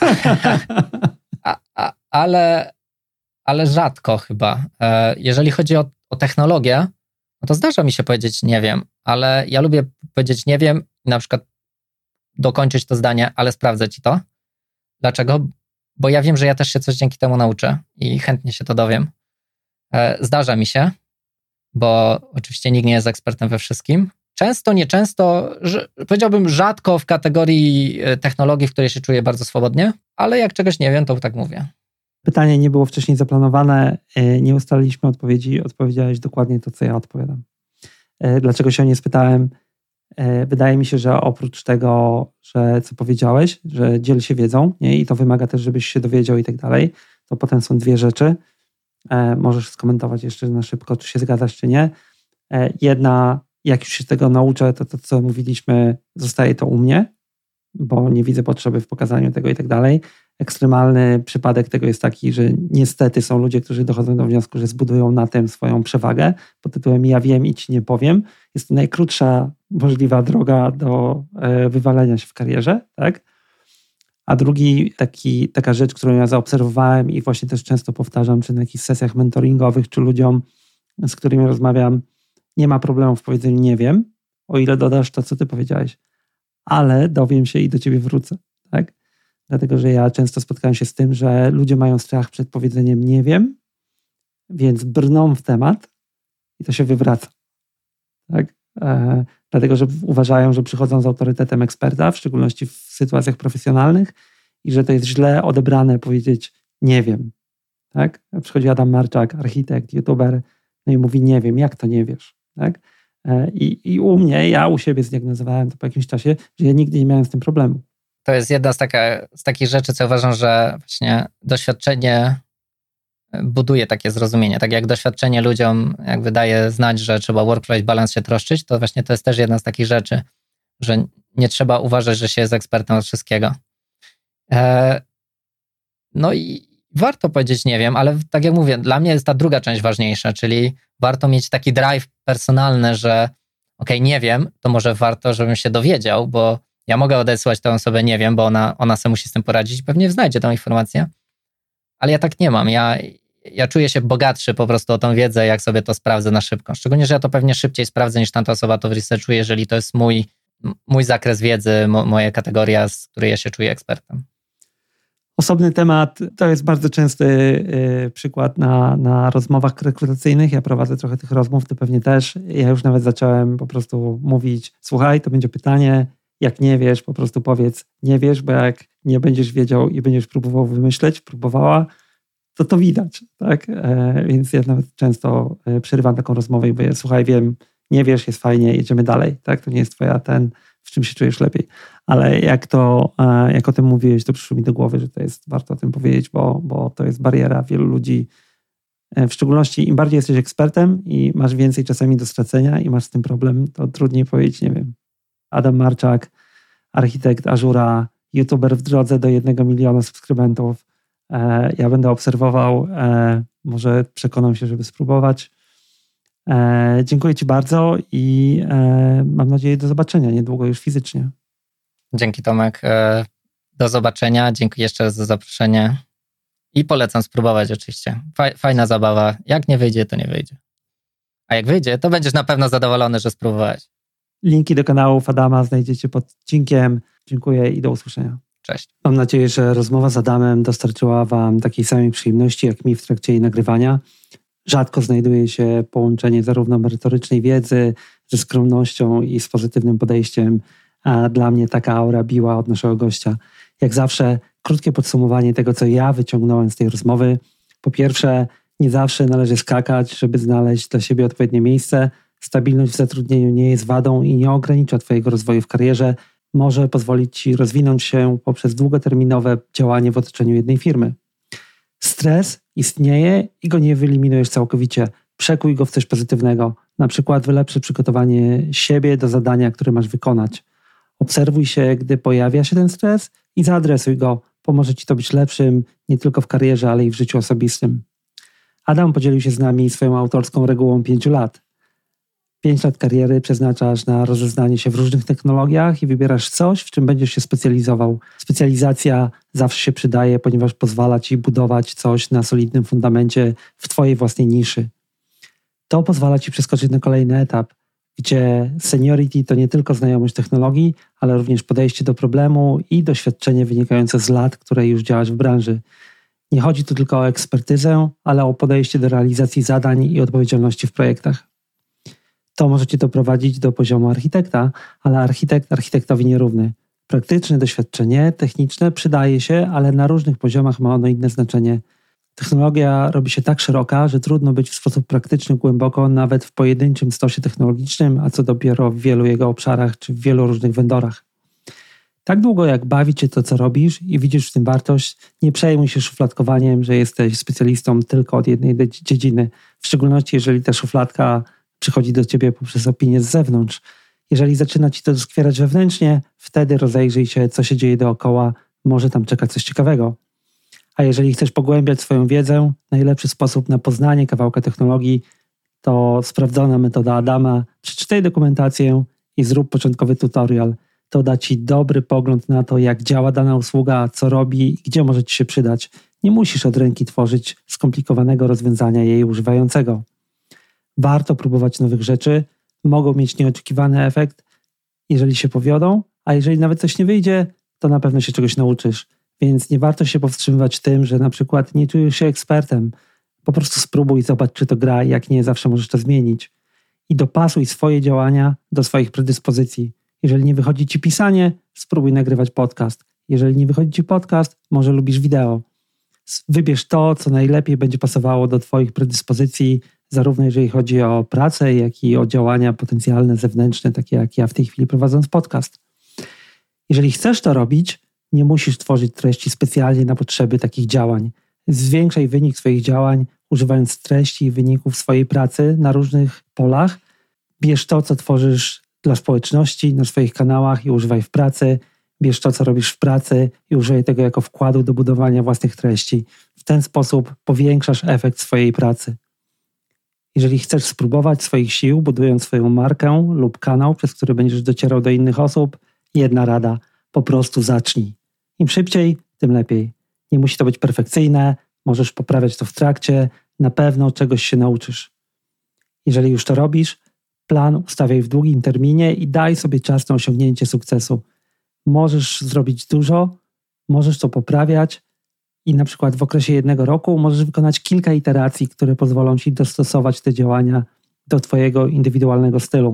a, a, ale, ale rzadko chyba. E, jeżeli chodzi o, o technologię, no to zdarza mi się powiedzieć nie wiem, ale ja lubię powiedzieć nie wiem i na przykład dokończyć to zdanie, ale sprawdzę ci to. Dlaczego? Bo ja wiem, że ja też się coś dzięki temu nauczę i chętnie się to dowiem. E, zdarza mi się, bo oczywiście nikt nie jest ekspertem we wszystkim. Często, nieczęsto, że, powiedziałbym rzadko w kategorii technologii, w której się czuję bardzo swobodnie, ale jak czegoś nie wiem, to tak mówię. Pytanie nie było wcześniej zaplanowane, nie ustaliliśmy odpowiedzi, odpowiedziałeś dokładnie to, co ja odpowiadam. Dlaczego się o nie spytałem? Wydaje mi się, że oprócz tego, że co powiedziałeś, że dziel się wiedzą, nie? I to wymaga też, żebyś się dowiedział i tak dalej, to potem są dwie rzeczy. Możesz skomentować jeszcze na szybko, czy się zgadzasz, czy nie. Jedna, jak już się tego nauczę, to to, co mówiliśmy, zostaje to u mnie, bo nie widzę potrzeby w pokazaniu tego i tak dalej. Ekstremalny przypadek tego jest taki, że niestety są ludzie, którzy dochodzą do wniosku, że zbudują na tym swoją przewagę pod tytułem ja wiem i ci nie powiem. Jest to najkrótsza możliwa droga do wywalenia się w karierze, tak? A drugi taki, taka rzecz, którą ja zaobserwowałem i właśnie też często powtarzam, czy na jakichś sesjach mentoringowych, czy ludziom, z którymi rozmawiam, nie ma problemu w powiedzeniu nie wiem, o ile dodasz to, co ty powiedziałeś, ale dowiem się i do ciebie wrócę, tak? Dlatego, że ja często spotkałem się z tym, że ludzie mają strach przed powiedzeniem nie wiem, więc brną w temat i to się wywraca, tak? E, dlatego, że uważają, że przychodzą z autorytetem eksperta, w szczególności w sytuacjach profesjonalnych i że to jest źle odebrane powiedzieć nie wiem, tak? Przychodzi Adam Marczak, architekt, youtuber, no i mówi nie wiem, jak to nie wiesz, tak? E, i, I u mnie, ja u siebie zdiagnozowałem to po jakimś czasie, że ja nigdy nie miałem z tym problemu. To jest jedna z, taka, z takich rzeczy, co uważam, że właśnie doświadczenie buduje takie zrozumienie. Tak jak doświadczenie ludziom jakby daje znać, że trzeba work-life balance się troszczyć, to właśnie to jest też jedna z takich rzeczy, że nie trzeba uważać, że się jest ekspertem od wszystkiego. E, no i warto powiedzieć nie wiem, ale tak jak mówię, dla mnie jest ta druga część ważniejsza, czyli warto mieć taki drive personalny, że okej, okay, nie wiem, to może warto, żebym się dowiedział, bo ja mogę odesłać tę osobę nie wiem, bo ona, ona sobie musi z tym poradzić, pewnie znajdzie tę informację, ale ja tak nie mam. Ja, ja czuję się bogatszy po prostu o tą wiedzę, jak sobie to sprawdzę na szybko. Szczególnie, że ja to pewnie szybciej sprawdzę niż tamta osoba to w researchu, jeżeli to jest mój, mój zakres wiedzy, mo, moja kategoria, z której ja się czuję ekspertem. Osobny temat, to jest bardzo częsty y, przykład na, na rozmowach rekrutacyjnych. Ja prowadzę trochę tych rozmów, ty pewnie też. Ja już nawet zacząłem po prostu mówić, słuchaj, to będzie pytanie, jak nie wiesz, po prostu powiedz nie wiesz, bo jak nie będziesz wiedział i będziesz próbował wymyśleć, próbowała, to to widać, tak? E, więc ja nawet często przerywam taką rozmowę i mówię, słuchaj, wiem, nie wiesz, jest fajnie, jedziemy dalej, tak? To nie jest twoja ten, w czym się czujesz lepiej. Ale jak to, e, jak o tym mówiłeś, to przyszło mi do głowy, że to jest warto o tym powiedzieć, bo, bo to jest bariera wielu ludzi. E, w szczególności im bardziej jesteś ekspertem i masz więcej czasami do stracenia i masz z tym problem, to trudniej powiedzieć, nie wiem. Adam Marczak, architekt Azura, youtuber w drodze do jednego miliona subskrybentów, E, ja będę obserwował, e, może przekonam się, żeby spróbować. E, dziękuję Ci bardzo i e, mam nadzieję do zobaczenia niedługo już fizycznie. Dzięki Tomek. E, do zobaczenia. Dziękuję jeszcze raz za zaproszenie i polecam spróbować oczywiście. Faj, fajna zabawa. Jak nie wyjdzie, to nie wyjdzie. A jak wyjdzie, to będziesz na pewno zadowolony, że spróbowałeś. Linki do kanałów Adama znajdziecie pod odcinkiem. Dziękuję i do usłyszenia. Cześć. Mam nadzieję, że rozmowa z Adamem dostarczyła Wam takiej samej przyjemności jak mi w trakcie jej nagrywania. Rzadko znajduje się połączenie zarówno merytorycznej wiedzy ze skromnością i z pozytywnym podejściem, a dla mnie taka aura biła od naszego gościa. Jak zawsze krótkie podsumowanie tego, co ja wyciągnąłem z tej rozmowy. Po pierwsze, nie zawsze należy skakać, żeby znaleźć dla siebie odpowiednie miejsce. Stabilność w zatrudnieniu nie jest wadą i nie ogranicza Twojego rozwoju w karierze. Może pozwolić Ci rozwinąć się poprzez długoterminowe działanie w otoczeniu jednej firmy. Stres istnieje i go nie wyeliminujesz całkowicie. Przekuj go w coś pozytywnego. Na przykład wylepszy przygotowanie siebie do zadania, które masz wykonać. Obserwuj się, gdy pojawia się ten stres i zaadresuj go. Pomoże Ci to być lepszym nie tylko w karierze, ale i w życiu osobistym. Adam podzielił się z nami swoją autorską regułą pięciu lat. Pięć lat kariery przeznaczasz na rozeznanie się w różnych technologiach i wybierasz coś, w czym będziesz się specjalizował. Specjalizacja zawsze się przydaje, ponieważ pozwala Ci budować coś na solidnym fundamencie w Twojej własnej niszy. To pozwala Ci przeskoczyć na kolejny etap, gdzie seniority to nie tylko znajomość technologii, ale również podejście do problemu i doświadczenie wynikające z lat, które już działasz w branży. Nie chodzi tu tylko o ekspertyzę, ale o podejście do realizacji zadań i odpowiedzialności w projektach. To może Cię doprowadzić do poziomu architekta, ale architekt architektowi nierówny. Praktyczne doświadczenie techniczne przydaje się, ale na różnych poziomach ma ono inne znaczenie. Technologia robi się tak szeroka, że trudno być w sposób praktyczny głęboko nawet w pojedynczym stosie technologicznym, a co dopiero w wielu jego obszarach czy w wielu różnych vendorach. Tak długo jak bawi Cię to, co robisz i widzisz w tym wartość, nie przejmuj się szufladkowaniem, że jesteś specjalistą tylko od jednej dziedziny, w szczególności jeżeli ta szufladka przychodzi do Ciebie poprzez opinię z zewnątrz. Jeżeli zaczyna Ci to doskwierać wewnętrznie, wtedy rozejrzyj się, co się dzieje dookoła, może tam czekać coś ciekawego. A jeżeli chcesz pogłębiać swoją wiedzę, najlepszy sposób na poznanie kawałka technologii to sprawdzona metoda Adama. Przeczytaj dokumentację i zrób początkowy tutorial. To da Ci dobry pogląd na to, jak działa dana usługa, co robi i gdzie może Ci się przydać. Nie musisz od ręki tworzyć skomplikowanego rozwiązania jej używającego. Warto próbować nowych rzeczy, mogą mieć nieoczekiwany efekt, jeżeli się powiodą, a jeżeli nawet coś nie wyjdzie, to na pewno się czegoś nauczysz. Więc nie warto się powstrzymywać tym, że na przykład nie czujesz się ekspertem. Po prostu spróbuj, zobacz, czy to gra, jak nie, zawsze możesz to zmienić. I dopasuj swoje działania do swoich predyspozycji. Jeżeli nie wychodzi Ci pisanie, spróbuj nagrywać podcast. Jeżeli nie wychodzi Ci podcast, może lubisz wideo. Wybierz to, co najlepiej będzie pasowało do Twoich predyspozycji, zarówno jeżeli chodzi o pracę, jak i o działania potencjalne, zewnętrzne, takie jak ja w tej chwili prowadząc podcast. Jeżeli chcesz to robić, nie musisz tworzyć treści specjalnie na potrzeby takich działań. Zwiększaj wynik swoich działań, używając treści i wyników swojej pracy na różnych polach. Bierz to, co tworzysz dla społeczności na swoich kanałach i używaj w pracy. Bierz to, co robisz w pracy i używaj tego jako wkładu do budowania własnych treści. W ten sposób powiększasz efekt swojej pracy. Jeżeli chcesz spróbować swoich sił, budując swoją markę lub kanał, przez który będziesz docierał do innych osób, jedna rada, po prostu zacznij. Im szybciej, tym lepiej. Nie musi to być perfekcyjne, możesz poprawiać to w trakcie, na pewno czegoś się nauczysz. Jeżeli już to robisz, plan ustawiaj w długim terminie i daj sobie czas na osiągnięcie sukcesu. Możesz zrobić dużo, możesz to poprawiać i na przykład w okresie jednego roku możesz wykonać kilka iteracji, które pozwolą Ci dostosować te działania do Twojego indywidualnego stylu.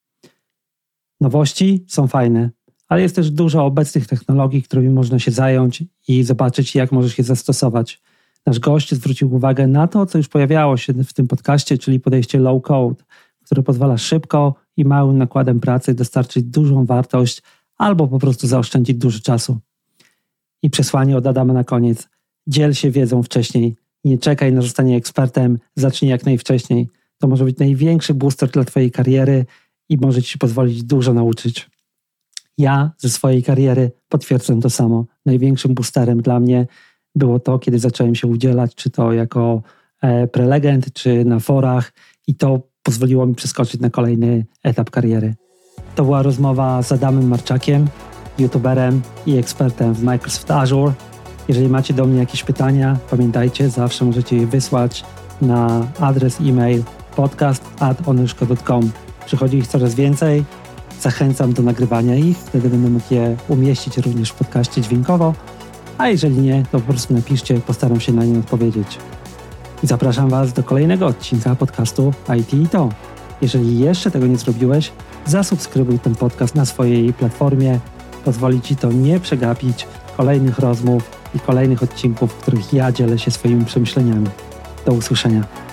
Nowości są fajne, ale jest też dużo obecnych technologii, którymi można się zająć i zobaczyć, jak możesz je zastosować. Nasz gość zwrócił uwagę na to, co już pojawiało się w tym podcaście, czyli podejście low code, które pozwala szybko i małym nakładem pracy dostarczyć dużą wartość albo po prostu zaoszczędzić dużo czasu. I przesłanie od Adama na koniec. Dziel się wiedzą wcześniej. Nie czekaj na zostanie ekspertem, zacznij jak najwcześniej. To może być największy booster dla Twojej kariery i może Ci pozwolić dużo nauczyć. Ja ze swojej kariery potwierdzam to samo. Największym boosterem dla mnie było to, kiedy zacząłem się udzielać, czy to jako prelegent, czy na forach i to pozwoliło mi przeskoczyć na kolejny etap kariery. To była rozmowa z Adamem Marczakiem, youtuberem i ekspertem w Microsoft Azure. Jeżeli macie do mnie jakieś pytania, pamiętajcie, zawsze możecie je wysłać na adres e-mail podcast at onyszko kropka com. Przychodzi ich coraz więcej. Zachęcam do nagrywania ich, wtedy będę mógł je umieścić również w podcaście dźwiękowo, a jeżeli nie, to po prostu napiszcie, postaram się na nie odpowiedzieć. I zapraszam Was do kolejnego odcinka podcastu I T i to. Jeżeli jeszcze tego nie zrobiłeś, zasubskrybuj ten podcast na swojej platformie. Pozwoli Ci to nie przegapić kolejnych rozmów i kolejnych odcinków, w których ja dzielę się swoimi przemyśleniami. Do usłyszenia.